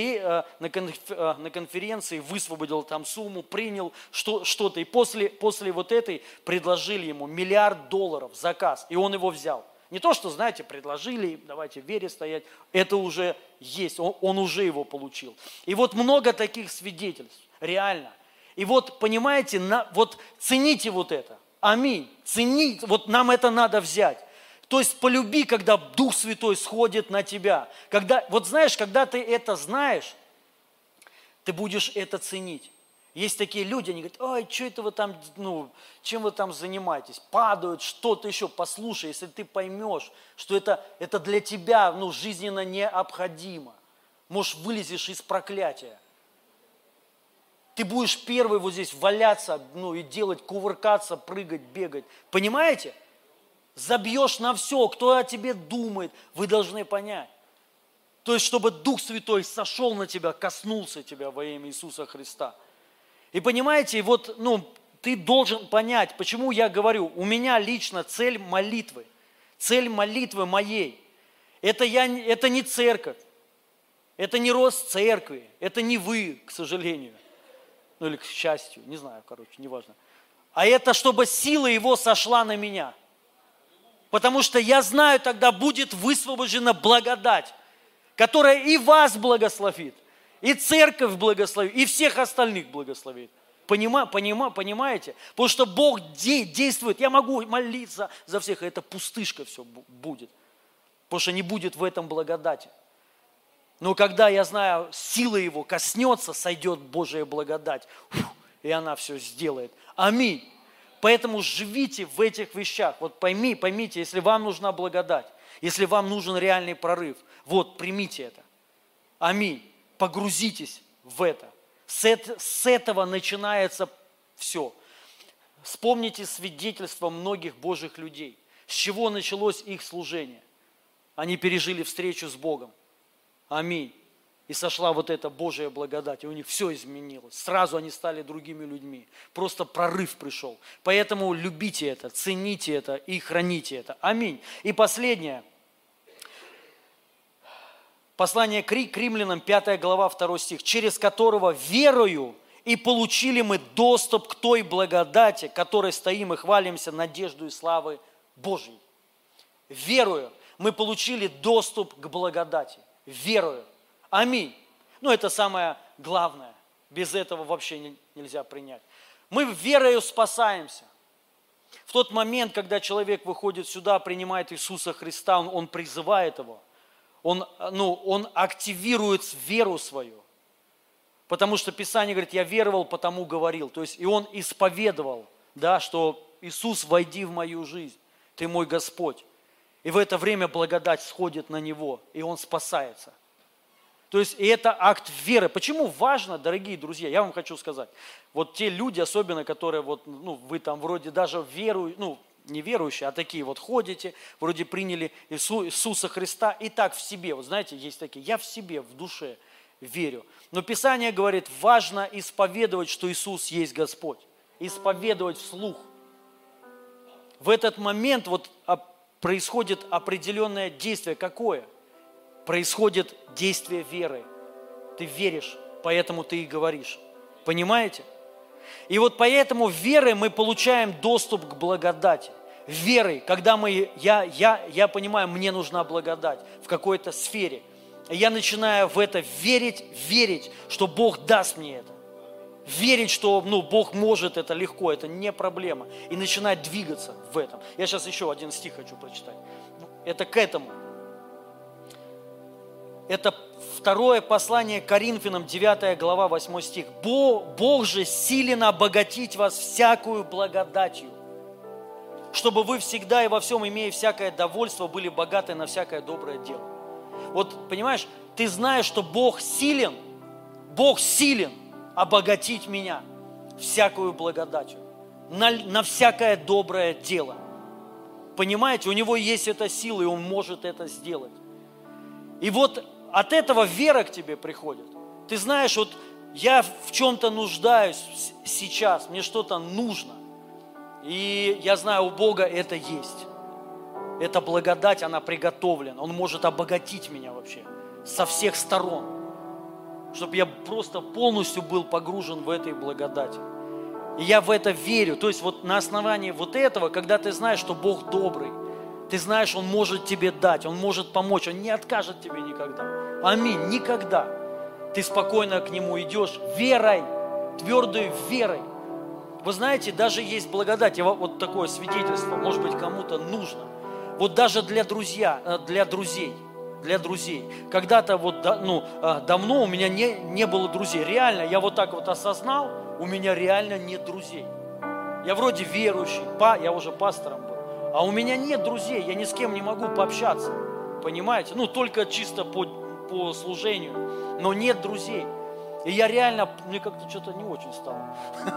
Speaker 1: конференции, высвободил там сумму, принял что-то. И после вот этой предложили ему $1 миллиард заказ. И он его взял. Не то, что, знаете, предложили, давайте в вере стоять. Это уже есть, он уже его получил. И вот много таких свидетельств, реально. И вот, понимаете, цените вот это. Аминь. Цените, вот нам это надо взять. То есть полюби, когда Дух Святой сходит на тебя. Когда ты это знаешь, ты будешь это ценить. Есть такие люди, они говорят, ой, что это вы там, чем вы там занимаетесь? Падают, что-то еще, послушай, если ты поймешь, что это для тебя жизненно необходимо. Может, вылезешь из проклятия. Ты будешь первый вот здесь валяться, и делать, кувыркаться, прыгать, бегать. Понимаете? Забьешь на все, кто о тебе думает, вы должны понять. То есть, чтобы Дух Святой сошел на тебя, коснулся тебя во имя Иисуса Христа. И понимаете, ты должен понять, почему я говорю, у меня лично цель молитвы моей, это не церковь, это не рост церкви, это не вы, к сожалению, или к счастью, не знаю, неважно. А это, чтобы сила Его сошла на меня. Потому что я знаю, тогда будет высвобождена благодать, которая и вас благословит, и церковь благословит, и всех остальных благословит. Понимаете? Потому что Бог действует. Я могу молиться за всех, а это пустышка все будет. Потому что не будет в этом благодати. Но когда, я знаю, сила Его коснется, сойдет Божья благодать, и она все сделает. Аминь. Поэтому живите в этих вещах. Вот поймите, если вам нужна благодать, если вам нужен реальный прорыв, примите это. Аминь. Погрузитесь в это. С этого начинается все. Вспомните свидетельства многих Божьих людей. С чего началось их служение? Они пережили встречу с Богом. Аминь. И сошла вот эта Божья благодать, и у них все изменилось. Сразу они стали другими людьми. Просто прорыв пришел. Поэтому любите это, цените это и храните это. Аминь. И последнее. Послание к Римлянам, 5 глава, 2 стих. Через которого верою и получили мы доступ к той благодати, которой стоим и хвалимся надеждой и славы Божьей. Верою мы получили доступ к благодати. Верою. Аминь. Это самое главное. Без этого вообще нельзя принять. Мы верою спасаемся. В тот момент, когда человек выходит сюда, принимает Иисуса Христа, он призывает Его. Он активирует веру свою. Потому что Писание говорит, я веровал, потому говорил. То есть и он исповедовал, что Иисус, войди в мою жизнь, Ты мой Господь. И в это время благодать сходит на него, и он спасается. То есть и это акт веры. Почему важно, дорогие друзья, я вам хочу сказать, вот те люди, особенно, которые вы там вроде даже не верующие, а такие ходите, вроде приняли Иисуса Христа, и так в себе, знаете, есть такие, я в себе, в душе верю. Но Писание говорит, важно исповедовать, что Иисус есть Господь. Исповедовать вслух. В этот момент происходит определенное действие. Какое? Происходит действие веры. Ты веришь, поэтому ты и говоришь. Понимаете? И поэтому верой мы получаем доступ к благодати. Верой, когда я понимаю, мне нужна благодать в какой-то сфере. И я начинаю в это верить, что Бог даст мне это. Верить, что Бог может это легко, это не проблема. И начинать двигаться в этом. Я сейчас еще один стих хочу прочитать. Это к этому. Это второе послание к Коринфянам, 9 глава, 8 стих. Бог же силен обогатить вас всякую благодатью, чтобы вы всегда и во всем, имея всякое довольство, были богаты на всякое доброе дело. Понимаешь, ты знаешь, что Бог силен обогатить меня всякую благодатью, на всякое доброе дело. Понимаете, у Него есть эта сила, и Он может это сделать. И от этого вера к тебе приходит. Ты знаешь, я в чем-то нуждаюсь сейчас, мне что-то нужно. И я знаю, у Бога это есть. Эта благодать, она приготовлена. Он может обогатить меня вообще со всех сторон. Чтобы я просто полностью был погружен в этой благодати. И я в это верю. То есть на основании этого, когда ты знаешь, что Бог добрый, ты знаешь, Он может тебе дать, Он может помочь, Он не откажет тебе никогда. Аминь, никогда. Ты спокойно к Нему идешь верой, твердой верой. Вы знаете, даже есть благодать, такое свидетельство, может быть, кому-то нужно. Даже для друзей. Когда-то давно у меня не было друзей. Реально, я осознал, у меня реально нет друзей. Я вроде верующий, я уже пастором был. А у меня нет друзей, я ни с кем не могу пообщаться, понимаете? Только чисто по служению, но нет друзей. И я реально, мне как-то что-то не очень стало.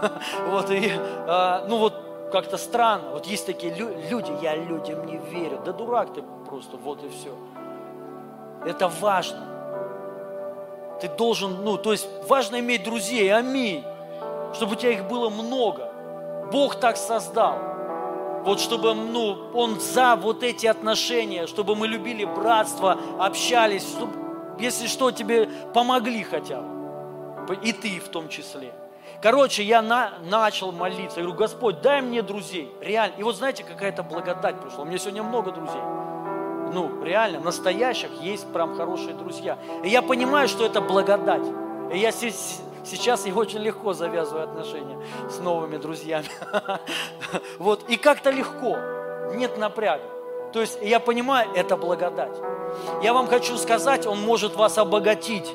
Speaker 1: Как-то странно. Есть такие люди, я людям не верю. Да дурак ты просто, и все. Это важно. Ты должен, важно иметь друзей, аминь. Чтобы у тебя их было много. Бог так создал. Чтобы, Он за эти отношения, чтобы мы любили братство, общались, чтобы, если что, тебе помогли хотя бы. И ты в том числе. Я начал молиться. Я говорю, Господь, дай мне друзей. Реально. И знаете, какая-то благодать пришла. У меня сегодня много друзей. Реально, настоящих есть прям хорошие друзья. И я понимаю, что это благодать. И я сейчас очень легко завязываю отношения с новыми друзьями. И как-то легко. Нет напряга. То есть я понимаю, это благодать. Я вам хочу сказать, Он может вас обогатить.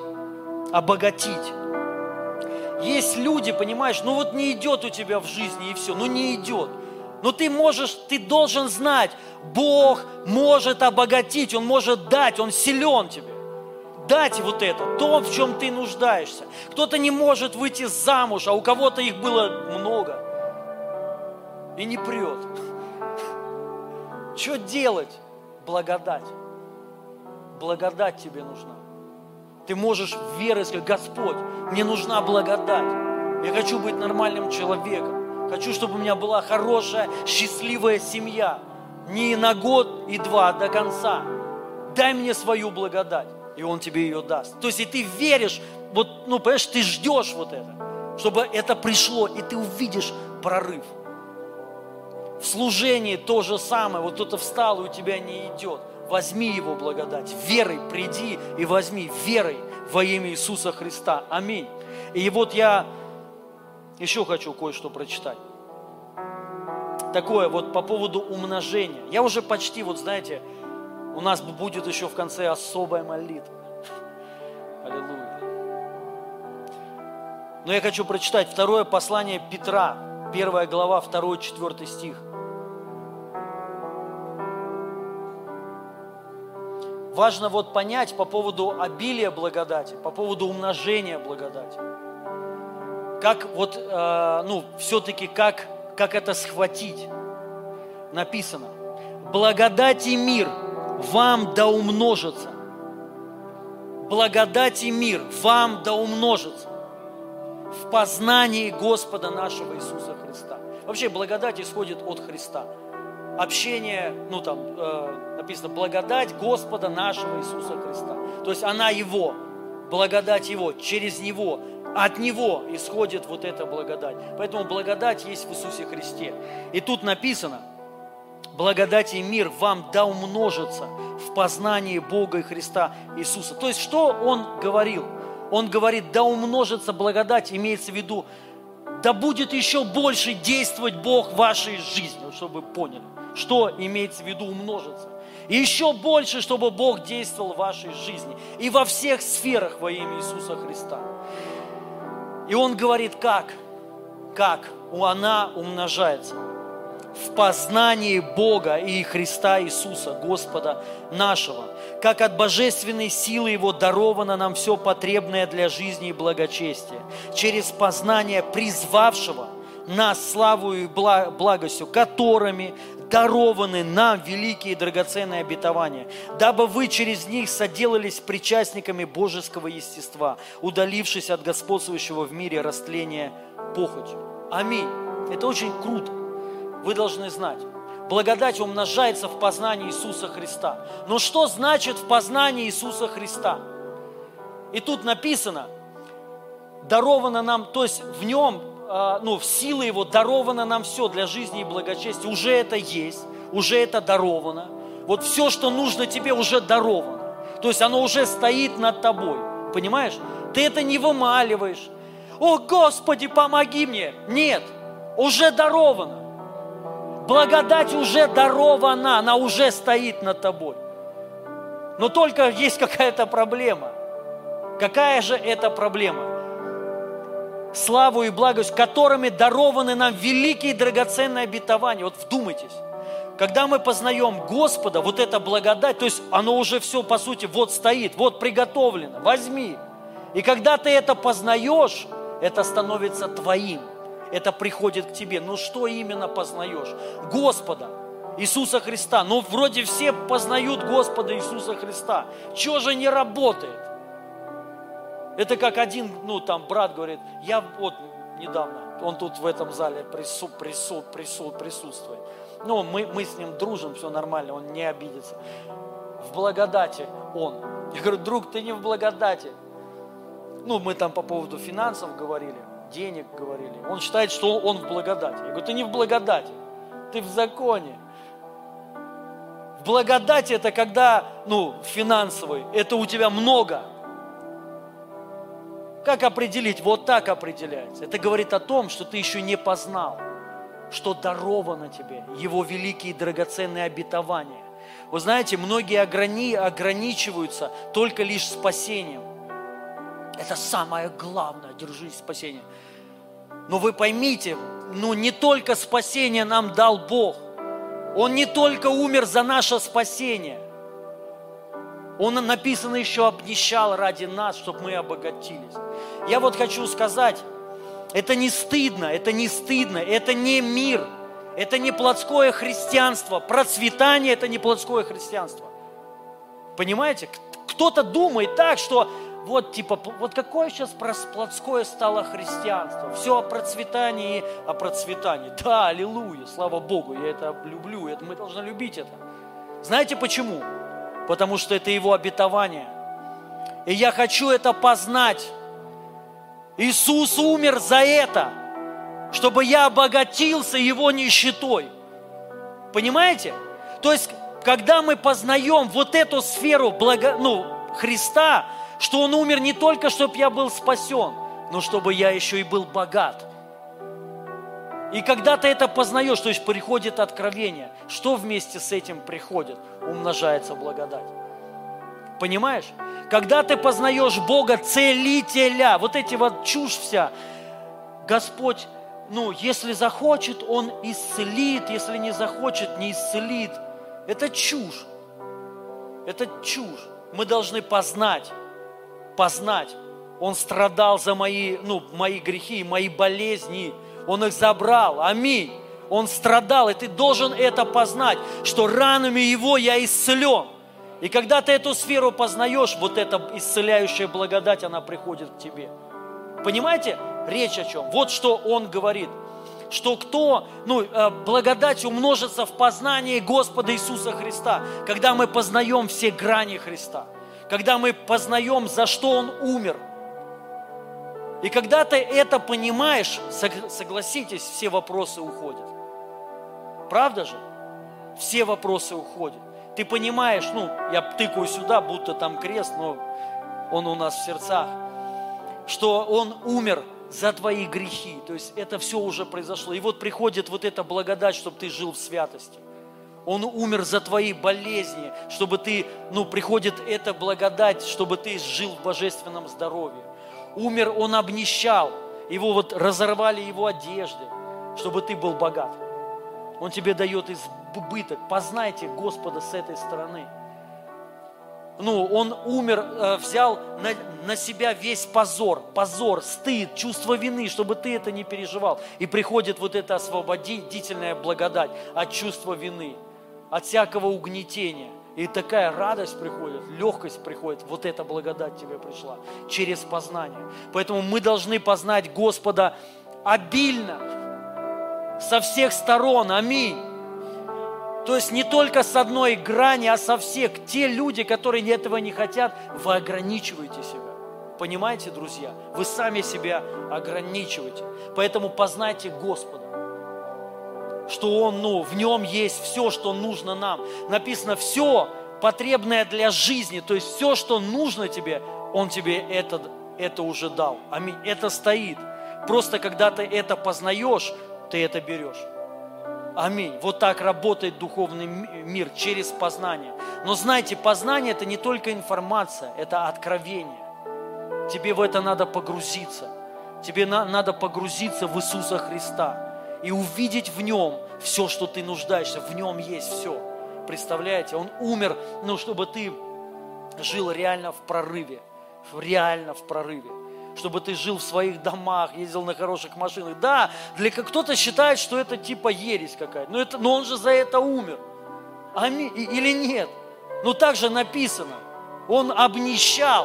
Speaker 1: Есть люди, понимаешь, не идет у тебя в жизни и все, не идет. Но ты должен знать, Бог может обогатить, Он может дать, Он силен тебе. Дать это, то, в чем ты нуждаешься. Кто-то не может выйти замуж, а у кого-то их было много. И не прет. Что делать? Благодать. Благодать тебе нужна. Ты можешь верой сказать, Господь, мне нужна благодать. Я хочу быть нормальным человеком. Хочу, чтобы у меня была хорошая, счастливая семья. Не на год и два, а до конца. Дай мне свою благодать. и Он тебе ее даст. То есть, и ты веришь, вот, ну, понимаешь, ты ждешь вот это, чтобы это пришло, и ты увидишь прорыв. В служении то же самое, вот кто-то встал, и у тебя не идет. Возьми его благодать, верой приди и возьми, верой во имя Иисуса Христа. Аминь. И вот я еще хочу кое-что прочитать. Такое вот по поводу умножения. Я уже почти, вот знаете, у нас будет еще в конце особая молитва. Аллилуйя. Но я хочу прочитать второе послание Петра, 1 глава, 2-4 стих. Важно вот понять по поводу обилия благодати, по поводу умножения благодати. Как вот, все-таки как это схватить. Написано: благодать и мир вам да умножится. Благодать и мир вам да умножится в познании Господа нашего Иисуса Христа. Вообще благодать исходит от Христа. Общение, написано, благодать Господа нашего Иисуса Христа. То есть она Его, благодать Его, через Него, от Него исходит вот эта благодать. Поэтому благодать есть в Иисусе Христе. И тут написано: благодать и мир вам да умножится в познании Бога и Христа Иисуса. То есть что Он говорил? Он говорит, да умножится благодать, имеется в виду, да будет еще больше действовать Бог в вашей жизни, вот чтобы вы поняли, что имеется в виду умножится. И еще больше, чтобы Бог действовал в вашей жизни и во всех сферах во имя Иисуса Христа. И Он говорит, как она умножается. В познании Бога и Христа Иисуса, Господа нашего, как от божественной силы Его даровано нам все потребное для жизни и благочестия, через познание призвавшего нас славою и благостью, которыми дарованы нам великие и драгоценные обетования, дабы вы через них соделались причастниками божеского естества, удалившись от господствующего в мире растления похотью. Аминь. Это очень круто. Вы должны знать, благодать умножается в познании Иисуса Христа. Но что значит в познании Иисуса Христа? И тут написано, даровано нам, то есть в Нем, в силы Его даровано нам все для жизни и благочестия. Уже это есть, уже это даровано. Вот все, что нужно тебе, уже даровано. То есть оно уже стоит над тобой. Понимаешь? Ты это не вымаливаешь. О, Господи, помоги мне. Нет, уже даровано. Благодать уже дарована, она уже стоит над тобой. Но только есть какая-то проблема. Какая же это проблема? Славу и благость, которыми дарованы нам великие и драгоценные обетования. Вот вдумайтесь. Когда мы познаем Господа, вот эта благодать, то есть оно уже все, по сути, вот стоит, вот приготовлено, возьми. И когда ты это познаешь, это становится твоим. Это приходит к тебе. Ну что именно познаешь? Господа Иисуса Христа. Ну вроде все познают Господа Иисуса Христа. Чего же не работает? Это как один, брат говорит, я вот недавно, он тут в этом зале присутствует. Мы с ним дружим, все нормально, он не обидится. В благодати он. Я говорю, друг, ты не в благодати. Мы там по поводу финансов говорили. Денег говорили. Он считает, что он в благодати. Я говорю, ты не в благодати, ты в законе. В благодати это когда, финансовый, это у тебя много. Как определить? Вот так определяется. Это говорит о том, что ты еще не познал, что даровано тебе, Его великие и драгоценные обетования. Вы знаете, многие ограничиваются только лишь спасением. Это самое главное, держись спасения. Но вы поймите, не только спасение нам дал Бог. Он не только умер за наше спасение. Он, написано, еще обнищал ради нас, чтобы мы обогатились. Я вот хочу сказать, это не стыдно, это не мир, это не плотское христианство. Процветание – это не плотское христианство. Понимаете? Кто-то думает так, что вот какое сейчас плотское стало христианство? Все о процветании и о процветании. Да, аллилуйя, слава Богу, я это люблю, мы должны любить это. Знаете почему? Потому что это Его обетование. И я хочу это познать. Иисус умер за это, чтобы я обогатился Его нищетой. Понимаете? То есть, когда мы познаем вот эту сферу Христа, что Он умер не только, чтобы я был спасен, но чтобы я еще и был богат. И когда ты это познаешь, то есть приходит откровение, что вместе с этим приходит? Умножается благодать. Понимаешь? Когда ты познаешь Бога Целителя, вот эти вот чушь вся, Господь, если захочет, Он исцелит, если не захочет, не исцелит. Это чушь. Это чушь. Мы должны познать. Он страдал за мои грехи, мои болезни. Он их забрал. Аминь. Он страдал, и ты должен это познать, что ранами Его я исцелен. И когда ты эту сферу познаешь, вот эта исцеляющая благодать, она приходит к тебе. Понимаете, речь о чем? Вот что Он говорит, что благодать умножится в познании Господа Иисуса Христа, когда мы познаем все грани Христа, когда мы познаем, за что Он умер. И когда ты это понимаешь, согласитесь, все вопросы уходят. Правда же? Все вопросы уходят. Ты понимаешь, я тыкаю сюда, будто там крест, но он у нас в сердцах, что Он умер за твои грехи. То есть это все уже произошло. И вот приходит вот эта благодать, чтобы ты жил в святости. Он умер за твои болезни, чтобы ты, приходит эта благодать, чтобы ты жил в божественном здоровье. Умер, Он обнищал, его разорвали его одежды, чтобы ты был богат. Он тебе дает избыток. Познайте Господа с этой стороны. Он умер, взял на себя весь позор, стыд, чувство вины, чтобы ты это не переживал. И приходит вот эта освободительная благодать от чувства вины, от всякого угнетения. И такая радость приходит, легкость приходит, вот эта благодать тебе пришла через познание. Поэтому мы должны познать Господа обильно, со всех сторон, аминь. То есть не только с одной грани, а со всех. Те люди, которые этого не хотят, вы ограничиваете себя. Понимаете, друзья? Вы сами себя ограничиваете. Поэтому познайте Господа. Что Он, в Нем есть все, что нужно нам. Написано, все потребное для жизни, то есть все, что нужно тебе, Он тебе это уже дал. Аминь. Это стоит. Просто когда ты это познаешь, ты это берешь. Аминь. Вот так работает духовный мир, через познание. Но знайте, познание – это не только информация, это откровение. Тебе в это надо погрузиться. Тебе надо погрузиться в Иисуса Христа и увидеть в Нем все, что ты нуждаешься. В Нем есть все. Представляете? Он умер, чтобы ты жил реально в прорыве. Реально в прорыве. Чтобы ты жил в своих домах, ездил на хороших машинах. Да, кто-то считает, что это типа ересь какая-то. Но он же за это умер. Аминь. Или нет? Так же написано. Он обнищал.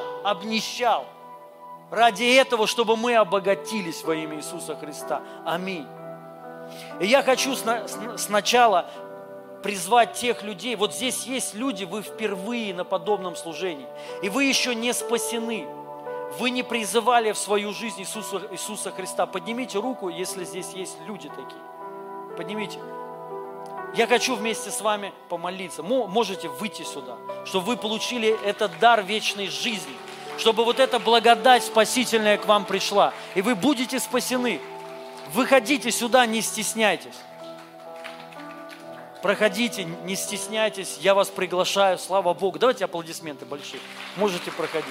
Speaker 1: Ради этого, чтобы мы обогатились во имя Иисуса Христа. Аминь. И я хочу сначала призвать тех людей. Вот здесь есть люди, вы впервые на подобном служении. И вы еще не спасены. Вы не призывали в свою жизнь Иисуса Христа. Поднимите руку, если здесь есть люди такие. Поднимите. Я хочу вместе с вами помолиться. Можете выйти сюда, чтобы вы получили этот дар вечной жизни. Чтобы вот эта благодать спасительная к вам пришла. И вы будете спасены. Выходите сюда, не стесняйтесь. Проходите, не стесняйтесь. Я вас приглашаю, слава Богу. Давайте аплодисменты большие. Можете проходить.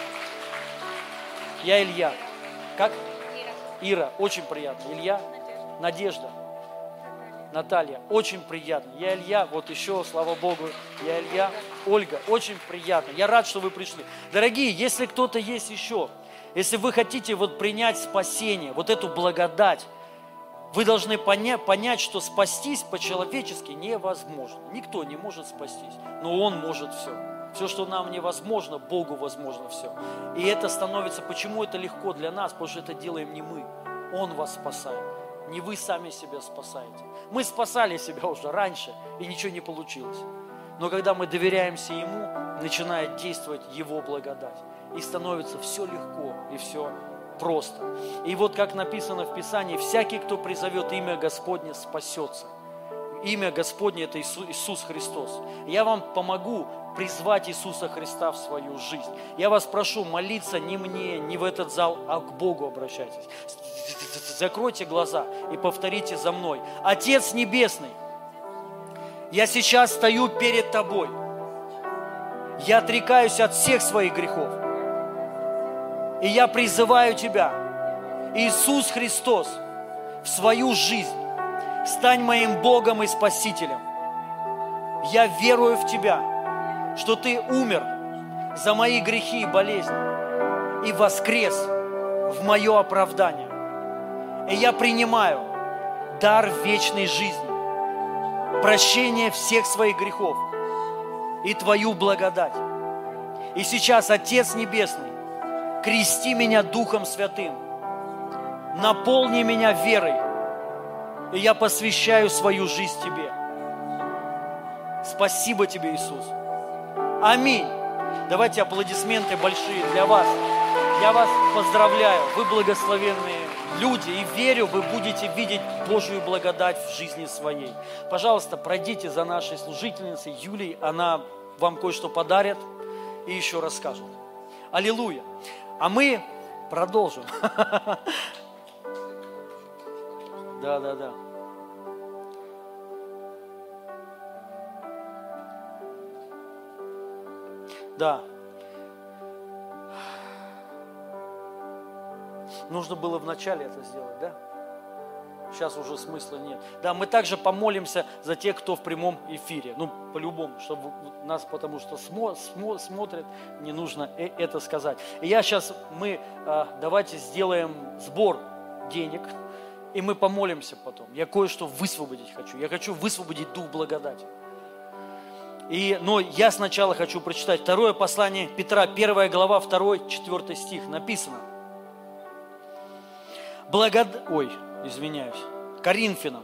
Speaker 1: Я Илья. Как? Ира. Очень приятно. Илья? Надежда. Наталья. Очень приятно. Я Илья. Вот еще, слава Богу. Я Илья. Ольга. Очень приятно. Я рад, что вы пришли. Дорогие, если кто-то есть еще, если вы хотите принять спасение, вот эту благодать, вы должны понять, что спастись по-человечески невозможно. Никто не может спастись, но Он может все. Все, что нам невозможно, Богу возможно все. И это становится, почему это легко для нас? Потому что это делаем не мы. Он вас спасает. Не вы сами себя спасаете. Мы спасали себя уже раньше, и ничего не получилось. Но когда мы доверяемся Ему, начинает действовать Его благодать. и становится все легко и все просто. И вот как написано в Писании, всякий, кто призовет имя Господне, спасется. Имя Господне – это Иисус Христос. Я вам помогу призвать Иисуса Христа в свою жизнь. Я вас прошу молиться не мне, не в этот зал, а к Богу обращайтесь. Закройте глаза и повторите за мной. Отец Небесный, я сейчас стою перед Тобой. Я отрекаюсь от всех своих грехов. И я призываю Тебя, Иисус Христос, в свою жизнь. Стань моим Богом и Спасителем. Я верую в Тебя, что Ты умер за мои грехи и болезни и воскрес в мое оправдание. И я принимаю дар вечной жизни, прощение всех своих грехов и Твою благодать. И сейчас, Отец Небесный, крести меня Духом Святым, наполни меня верой, и я посвящаю свою жизнь Тебе. Спасибо Тебе, Иисус. Аминь. Давайте аплодисменты большие для вас. Я вас поздравляю. Вы благословенные люди. И верю, вы будете видеть Божью благодать в жизни своей. Пожалуйста, пройдите за нашей служительницей Юлией. Она вам кое-что подарит и еще расскажет. Аллилуйя. А мы продолжим. Да. Да. Нужно было вначале это сделать, да? Сейчас уже смысла нет. Да, мы также помолимся за тех, кто в прямом эфире. Ну, по-любому, чтобы нас, потому что смотрят, не нужно это сказать. И я сейчас, давайте сделаем сбор денег, и мы помолимся потом. Я кое-что высвободить хочу. Я хочу высвободить Дух благодати. Но я сначала хочу прочитать второе послание Петра, 1 глава, 2-4 стих. Написано. Коринфянам.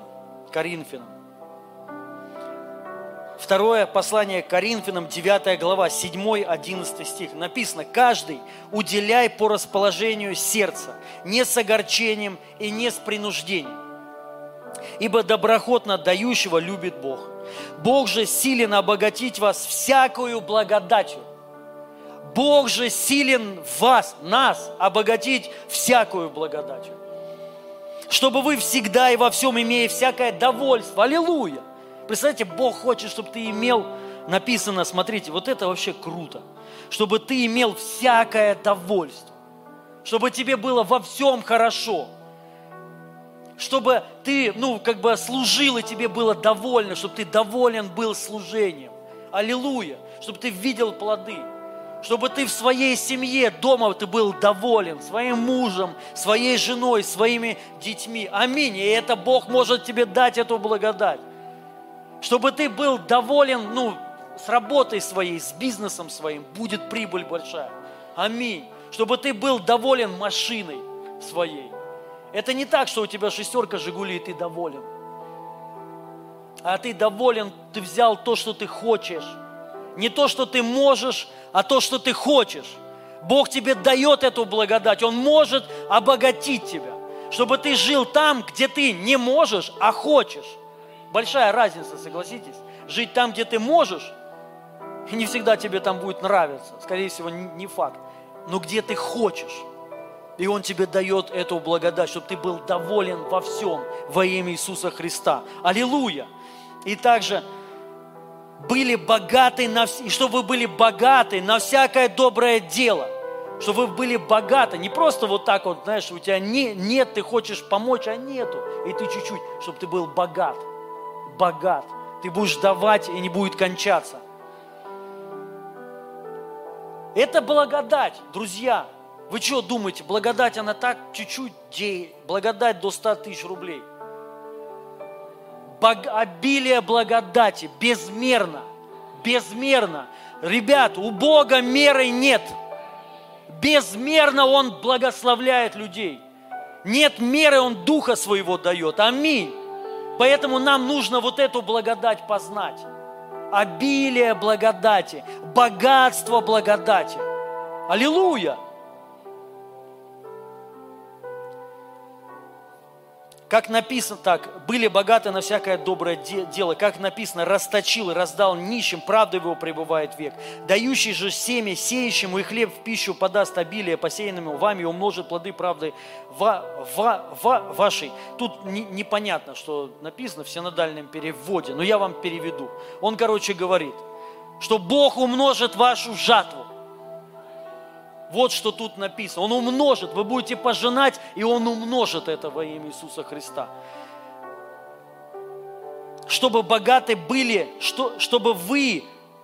Speaker 1: Второе послание Коринфянам, 9 глава, 7-11 стих. Написано: каждый уделяй по расположению сердца, не с огорчением и не с принуждением. Ибо доброхотно дающего любит Бог. Бог же силен обогатить вас всякую благодатью. Бог же силен нас обогатить всякую благодатью. Чтобы вы всегда и во всем, имея всякое довольство. Аллилуйя! Представляете, Бог хочет, чтобы ты имел, написано, смотрите, вот это вообще круто. Чтобы ты имел всякое довольство. Чтобы тебе было во всем хорошо. Чтобы ты, служил, и тебе было довольно. Чтобы ты доволен был служением. Аллилуйя! Чтобы ты видел плоды. Чтобы ты в своей семье, дома ты был доволен, своим мужем, своей женой, своими детьми. Аминь. И это Бог может тебе дать эту благодать. Чтобы ты был доволен, с работой своей, с бизнесом своим, будет прибыль большая. Аминь. Чтобы ты был доволен машиной своей. Это не так, что у тебя 6 «Жигули» и ты доволен. А ты доволен, ты взял то, что ты хочешь. Не то, что ты можешь, а то, что ты хочешь. Бог тебе дает эту благодать. Он может обогатить тебя, чтобы ты жил там, где ты не можешь, а хочешь. Большая разница, согласитесь. Жить там, где ты можешь, и не всегда тебе там будет нравиться. Скорее всего, не факт. Но где ты хочешь. И Он тебе дает эту благодать, чтобы ты был доволен во всем во имя Иисуса Христа. Аллилуйя! И также были богаты и чтобы вы были богаты на всякое доброе дело. Чтобы вы были богаты. Не просто вот так вот, знаешь, у тебя нет, ты хочешь помочь, а нету. И ты чуть-чуть, чтобы ты был богат. Богат. Ты будешь давать, и не будет кончаться. Это благодать, друзья. Вы что думаете, благодать, она так чуть-чуть, благодать до 100 000 рублей. Обилие благодати, безмерно. Ребят, у Бога меры нет. Безмерно Он благословляет людей. Нет меры, Он Духа Своего дает. Аминь. Поэтому нам нужно вот эту благодать познать. Обилие благодати, богатство благодати. Аллилуйя! Как написано так, были богаты на всякое доброе дело, как написано, расточил и раздал нищим, правда его пребывает век. Дающий же семя сеющему и хлеб в пищу подаст обилие посеянному вами и умножит плоды правды вашей. Тут непонятно, что написано в синодальном переводе, но я вам переведу. Он, говорит, что Бог умножит вашу жатву. Вот что тут написано. Он умножит, вы будете пожинать, и Он умножит это во имя Иисуса Христа. Чтобы богаты были, чтобы вы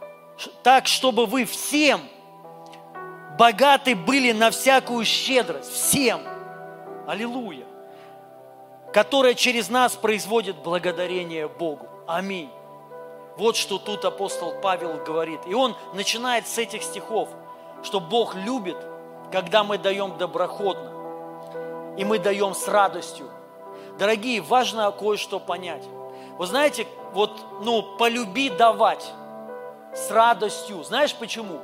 Speaker 1: всем богаты были на всякую щедрость, всем. Аллилуйя. Которая через нас производит благодарение Богу. Аминь. Вот что тут апостол Павел говорит. И он начинает с этих стихов, что Бог любит, когда мы даем доброходно, и мы даем с радостью. Дорогие, важно кое-что понять. Вы знаете, полюби давать с радостью. Знаешь почему?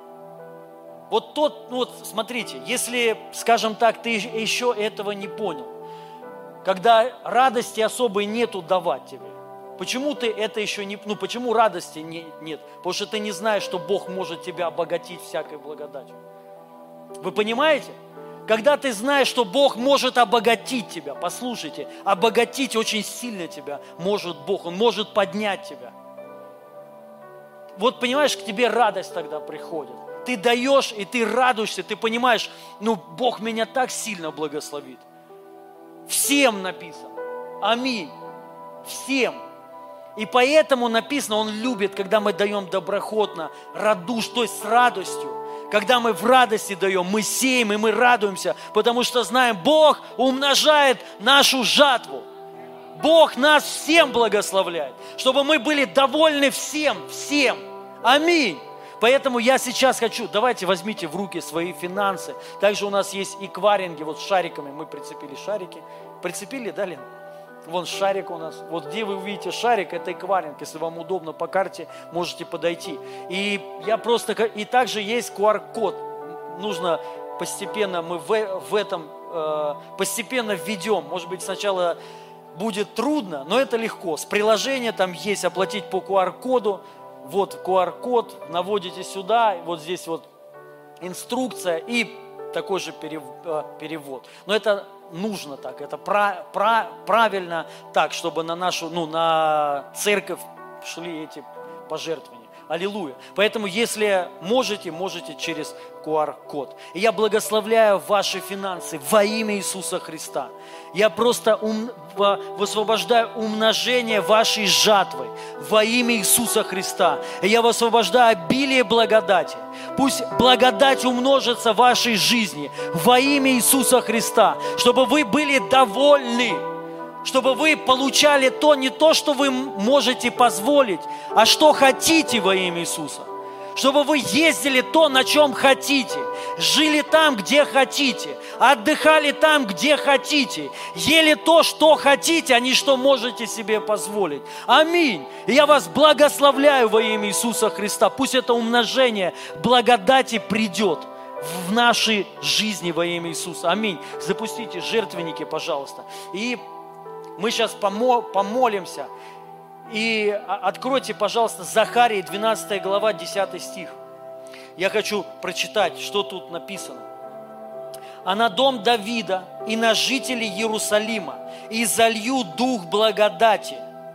Speaker 1: Смотрите, если, скажем так, ты еще этого не понял, когда радости особой нету давать тебе, почему ты это еще не... почему радости нет? Потому что ты не знаешь, что Бог может тебя обогатить всякой благодатью. Вы понимаете? Когда ты знаешь, что Бог может обогатить тебя, послушайте, обогатить очень сильно тебя может Бог, Он может поднять тебя. Вот понимаешь, к тебе радость тогда приходит. Ты даешь, и ты радуешься, ты понимаешь, Бог меня так сильно благословит. Всем написано. Аминь. Всем. И поэтому написано, Он любит, когда мы даем доброходно, то есть с радостью. Когда мы в радости даем, мы сеем и мы радуемся, потому что знаем, Бог умножает нашу жатву. Бог нас всем благословляет, чтобы мы были довольны всем. Аминь. Поэтому я сейчас хочу, давайте возьмите в руки свои финансы. Также у нас есть эквайринги, с шариками, мы прицепили шарики. Прицепили, да, Лен? Вон шарик у нас. Вот где вы увидите шарик, это эквайринг. Если вам удобно по карте, можете подойти. И также есть QR-код. Нужно постепенно, мы в этом постепенно введем. Может быть, сначала будет трудно, но это легко. С приложения там есть оплатить по QR-коду. Вот QR-код, наводите сюда, вот здесь вот инструкция и такой же перевод. Но это нужно так, это правильно так, чтобы на церковь шли эти пожертвования. Аллилуйя. Поэтому, если можете через QR-код. И я благословляю ваши финансы во имя Иисуса Христа. Я просто высвобождаю умножение вашей жатвы во имя Иисуса Христа. И я высвобождаю обилие благодати. Пусть благодать умножится в вашей жизни во имя Иисуса Христа, чтобы вы были довольны, чтобы вы получали не то, что вы можете позволить, а что хотите во имя Иисуса. Чтобы вы ездили на чем хотите, жили там, где хотите, отдыхали там, где хотите, ели то, что хотите, а не что можете себе позволить. Аминь. И я вас благословляю во имя Иисуса Христа. Пусть это умножение благодати придет в нашей жизни во имя Иисуса. Аминь. Запустите жертвенники, пожалуйста. И мы сейчас помолимся. И откройте, пожалуйста, Захарии, 12 глава, 10 стих. Я хочу прочитать, что тут написано. «А на дом Давида и на жителей Иерусалима изолью дух благодати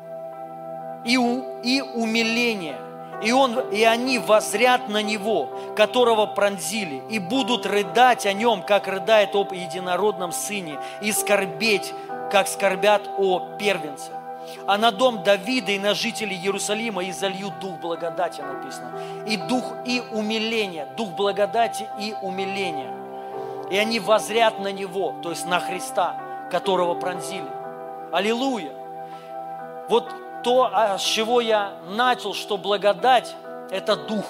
Speaker 1: и умиления, и они воззрят на него, которого пронзили, и будут рыдать о нем, как рыдает об единородном сыне, и скорбеть, как скорбят о первенце. А на дом Давида и на жителей Иерусалима изолью дух благодати», написано, и умиления, дух благодати и умиления. И они воззрят на него, то есть на Христа, которого пронзили. Аллилуйя! Вот то, с чего я начал, что благодать – это дух.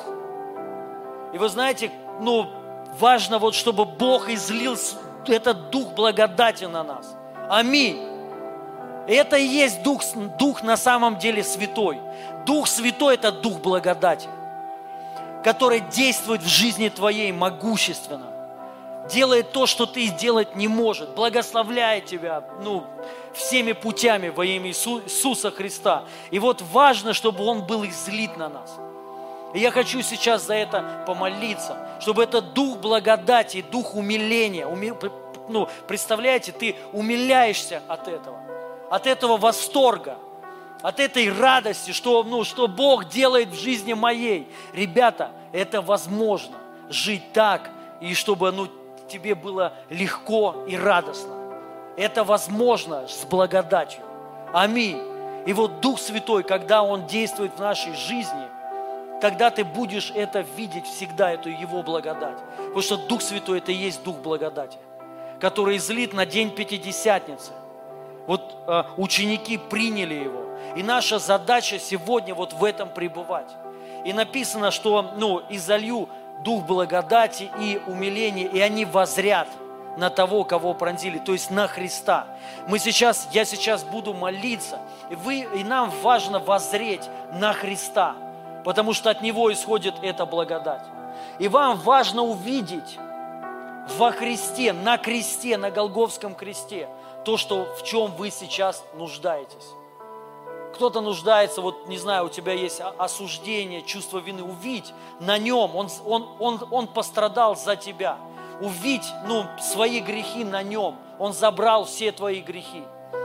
Speaker 1: И вы знаете, важно чтобы Бог излил этот дух благодати на нас. Аминь. И это и есть дух на самом деле святой. Дух святой – это дух благодати. который действует в жизни твоей могущественно, делает то, что ты сделать не можешь, благословляет тебя, всеми путями во имя Иисуса Христа. И вот важно, чтобы Он был излит на нас. И я хочу сейчас за это помолиться, чтобы этот дух благодати, дух умиления, представляете, ты умиляешься от этого восторга, от этой радости, что Бог делает в жизни моей. Ребята, это возможно жить так, и чтобы тебе было легко и радостно. Это возможно с благодатью. Аминь. И вот Дух Святой, когда Он действует в нашей жизни, тогда ты будешь это видеть всегда, эту Его благодать. Потому что Дух Святой – это и есть Дух благодати, который излит на день Пятидесятницы. Вот ученики приняли Его. И наша задача сегодня вот в этом пребывать. И написано, что изолью Дух благодати и умиления, и они воззрят на того, кого пронзили, то есть на Христа. Я сейчас буду молиться, и нам важно воззреть на Христа, потому что от Него исходит эта благодать. И вам важно увидеть во Христе, на кресте, на Голгофском кресте, то, в чем вы сейчас нуждаетесь. Кто-то нуждается, не знаю, у тебя есть осуждение, чувство вины. Увидь на Нем, Он пострадал за тебя. Увидь, свои грехи на Нем. Он забрал все твои грехи.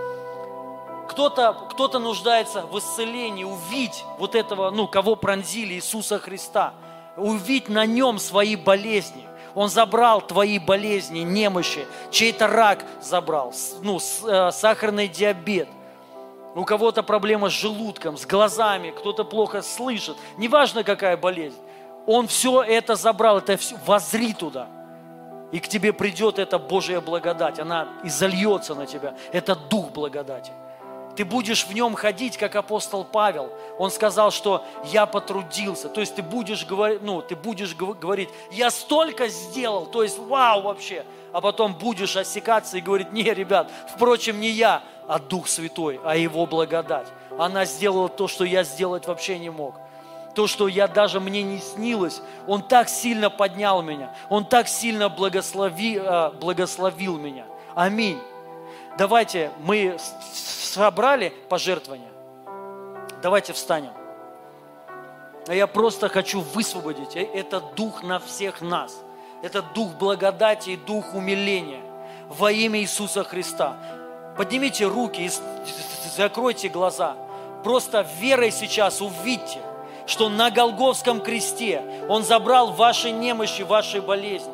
Speaker 1: Кто-то нуждается в исцелении. Увидь вот этого, кого пронзили, Иисуса Христа. Увидь на Нем свои болезни. Он забрал твои болезни, немощи. Чей-то рак забрал, сахарный диабет. У кого-то проблема с желудком, с глазами, кто-то плохо слышит. Неважно, какая болезнь. Он все это забрал, это все. Воззри туда. И к тебе придет эта Божья благодать. Она изольется на тебя. Это Дух благодати. Ты будешь в нем ходить, как апостол Павел. Он сказал, что я потрудился. То есть ты будешь говорить, я столько сделал, то есть вау вообще. А потом будешь осекаться и говорить, не, ребят, впрочем, не я, а Дух Святой, а Его благодать. Она сделала то, что я сделать вообще не мог. То, что мне не снилось. Он так сильно поднял меня. Он так сильно благословил меня. Аминь. Давайте, мы собрали пожертвования. Давайте встанем. А я просто хочу высвободить этот дух на всех нас. Это дух благодати и дух умиления во имя Иисуса Христа. Поднимите руки и закройте глаза. Просто верой сейчас увидьте, что на Голгофском кресте Он забрал ваши немощи, ваши болезни.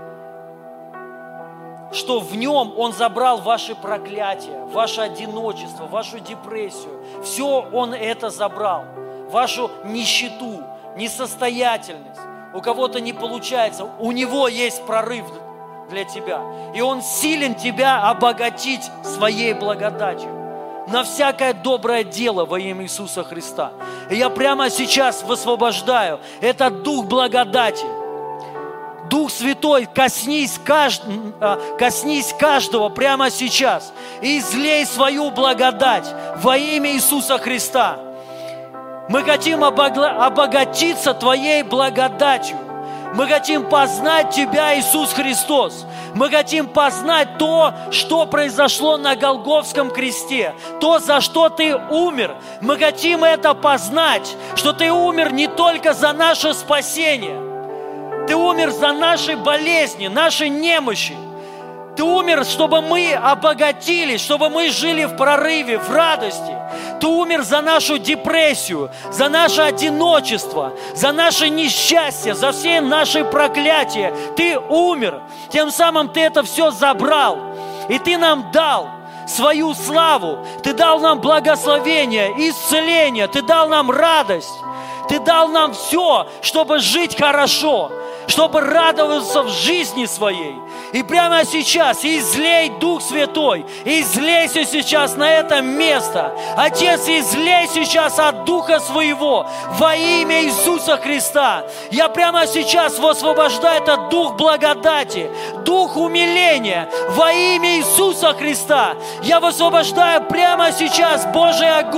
Speaker 1: Что в Нем Он забрал ваши проклятия, ваше одиночество, вашу депрессию. Все Он это забрал. Вашу нищету, несостоятельность. У кого-то не получается. У Него есть прорыв для тебя. И Он силен тебя обогатить своей благодатью на всякое доброе дело во имя Иисуса Христа. И я прямо сейчас высвобождаю этот дух благодати. Дух Святой, коснись каждого прямо сейчас и излей свою благодать во имя Иисуса Христа. Мы хотим обогатиться Твоей благодатью. Мы хотим познать Тебя, Иисус Христос. Мы хотим познать то, что произошло на Голгофском кресте. То, за что Ты умер. Мы хотим это познать, что Ты умер не только за наше спасение. Ты умер за наши болезни, наши немощи. Ты умер, чтобы мы обогатились, чтобы мы жили в прорыве, в радости. Ты умер за нашу депрессию, за наше одиночество, за наше несчастье, за все наши проклятия. Ты умер. Тем самым Ты это все забрал. И Ты нам дал свою славу. Ты дал нам благословение, исцеление. Ты дал нам радость. Ты дал нам все, чтобы жить хорошо, чтобы радоваться в жизни своей. И прямо сейчас излей Дух Святой, излейся сейчас на это место. Отец, излей сейчас от Духа Своего во имя Иисуса Христа. Я прямо сейчас высвобождаю этот Дух благодати, Дух умиления во имя Иисуса Христа. Я высвобождаю прямо сейчас Божий огонь.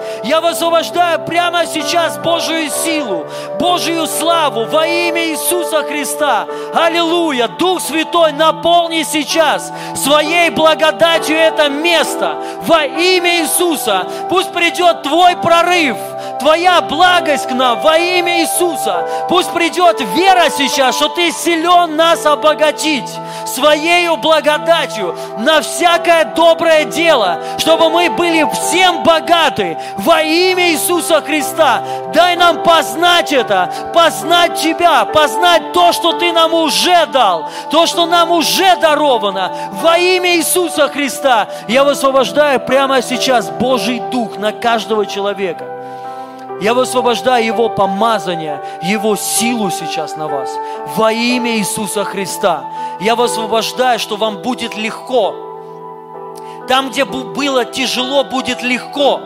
Speaker 1: Я высвобождаю прямо сейчас Божию силу, Божию славу во имя Иисуса Христа. Аллилуйя! Дух Святой, наполни сейчас своей благодатью это место во имя Иисуса. Пусть придет Твой прорыв, Твоя благость к нам во имя Иисуса. Пусть придет вера сейчас, что Ты силен нас обогатить своею благодатью на всякое доброе дело, чтобы мы были всем богаты во имя Иисуса Христа. Дай нам познать это, познать Тебя, познать то, что Ты нам уже дал, то, что нам уже даровано во имя Иисуса Христа. Я высвобождаю прямо сейчас Божий Дух на каждого человека. Я высвобождаю Его помазание, Его силу сейчас на вас. Во имя Иисуса Христа. Я высвобождаю, что вам будет легко. Там, где было тяжело, будет легко.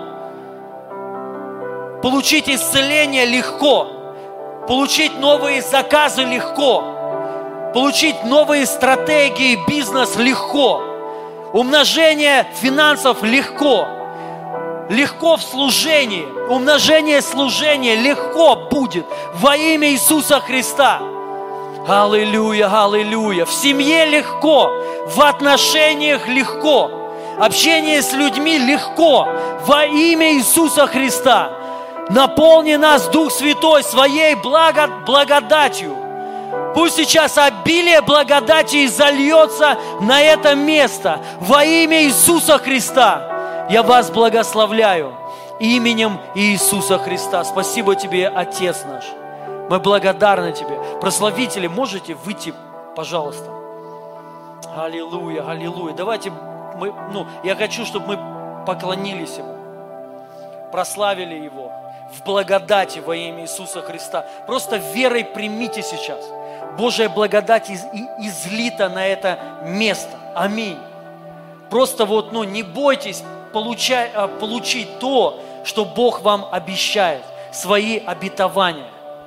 Speaker 1: Получить исцеление легко. Получить новые заказы легко. Получить новые стратегии, бизнес легко. Умножение финансов легко. Легко в служении, умножение служения легко будет во имя Иисуса Христа. Аллилуйя, аллилуйя. В семье легко, в отношениях легко, общение с людьми легко во имя Иисуса Христа. Наполни нас, Дух Святой, своей благодатью. Пусть сейчас обилие благодати изольется на это место во имя Иисуса Христа. Я вас благословляю именем Иисуса Христа. Спасибо Тебе, Отец наш. Мы благодарны Тебе. Прославители, можете выйти, пожалуйста? Аллилуйя, аллилуйя. Давайте я хочу, чтобы мы поклонились Ему, прославили Его в благодати во имя Иисуса Христа. Просто верой примите сейчас. Божья благодать излита на это место. Аминь. Просто не бойтесь получить то, что Бог вам обещает, свои обетования.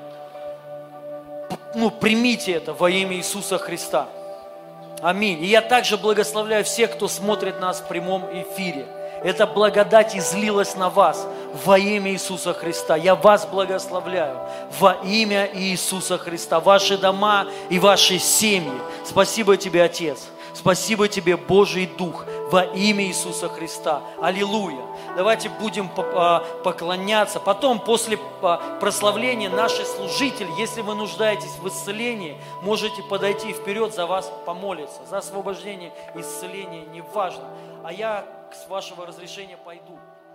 Speaker 1: Примите это во имя Иисуса Христа. Аминь. И я также благословляю всех, кто смотрит нас в прямом эфире. Эта благодать излилась на вас во имя Иисуса Христа. Я вас благословляю во имя Иисуса Христа. Ваши дома и ваши семьи. Спасибо Тебе, Отец. Спасибо Тебе, Божий Дух, во имя Иисуса Христа. Аллилуйя. Давайте будем поклоняться. Потом, после прославления, наши служители, если вы нуждаетесь в исцелении, можете подойти вперед, за вас помолиться. За освобождение, исцеление, неважно. А я, с вашего разрешения, пойду.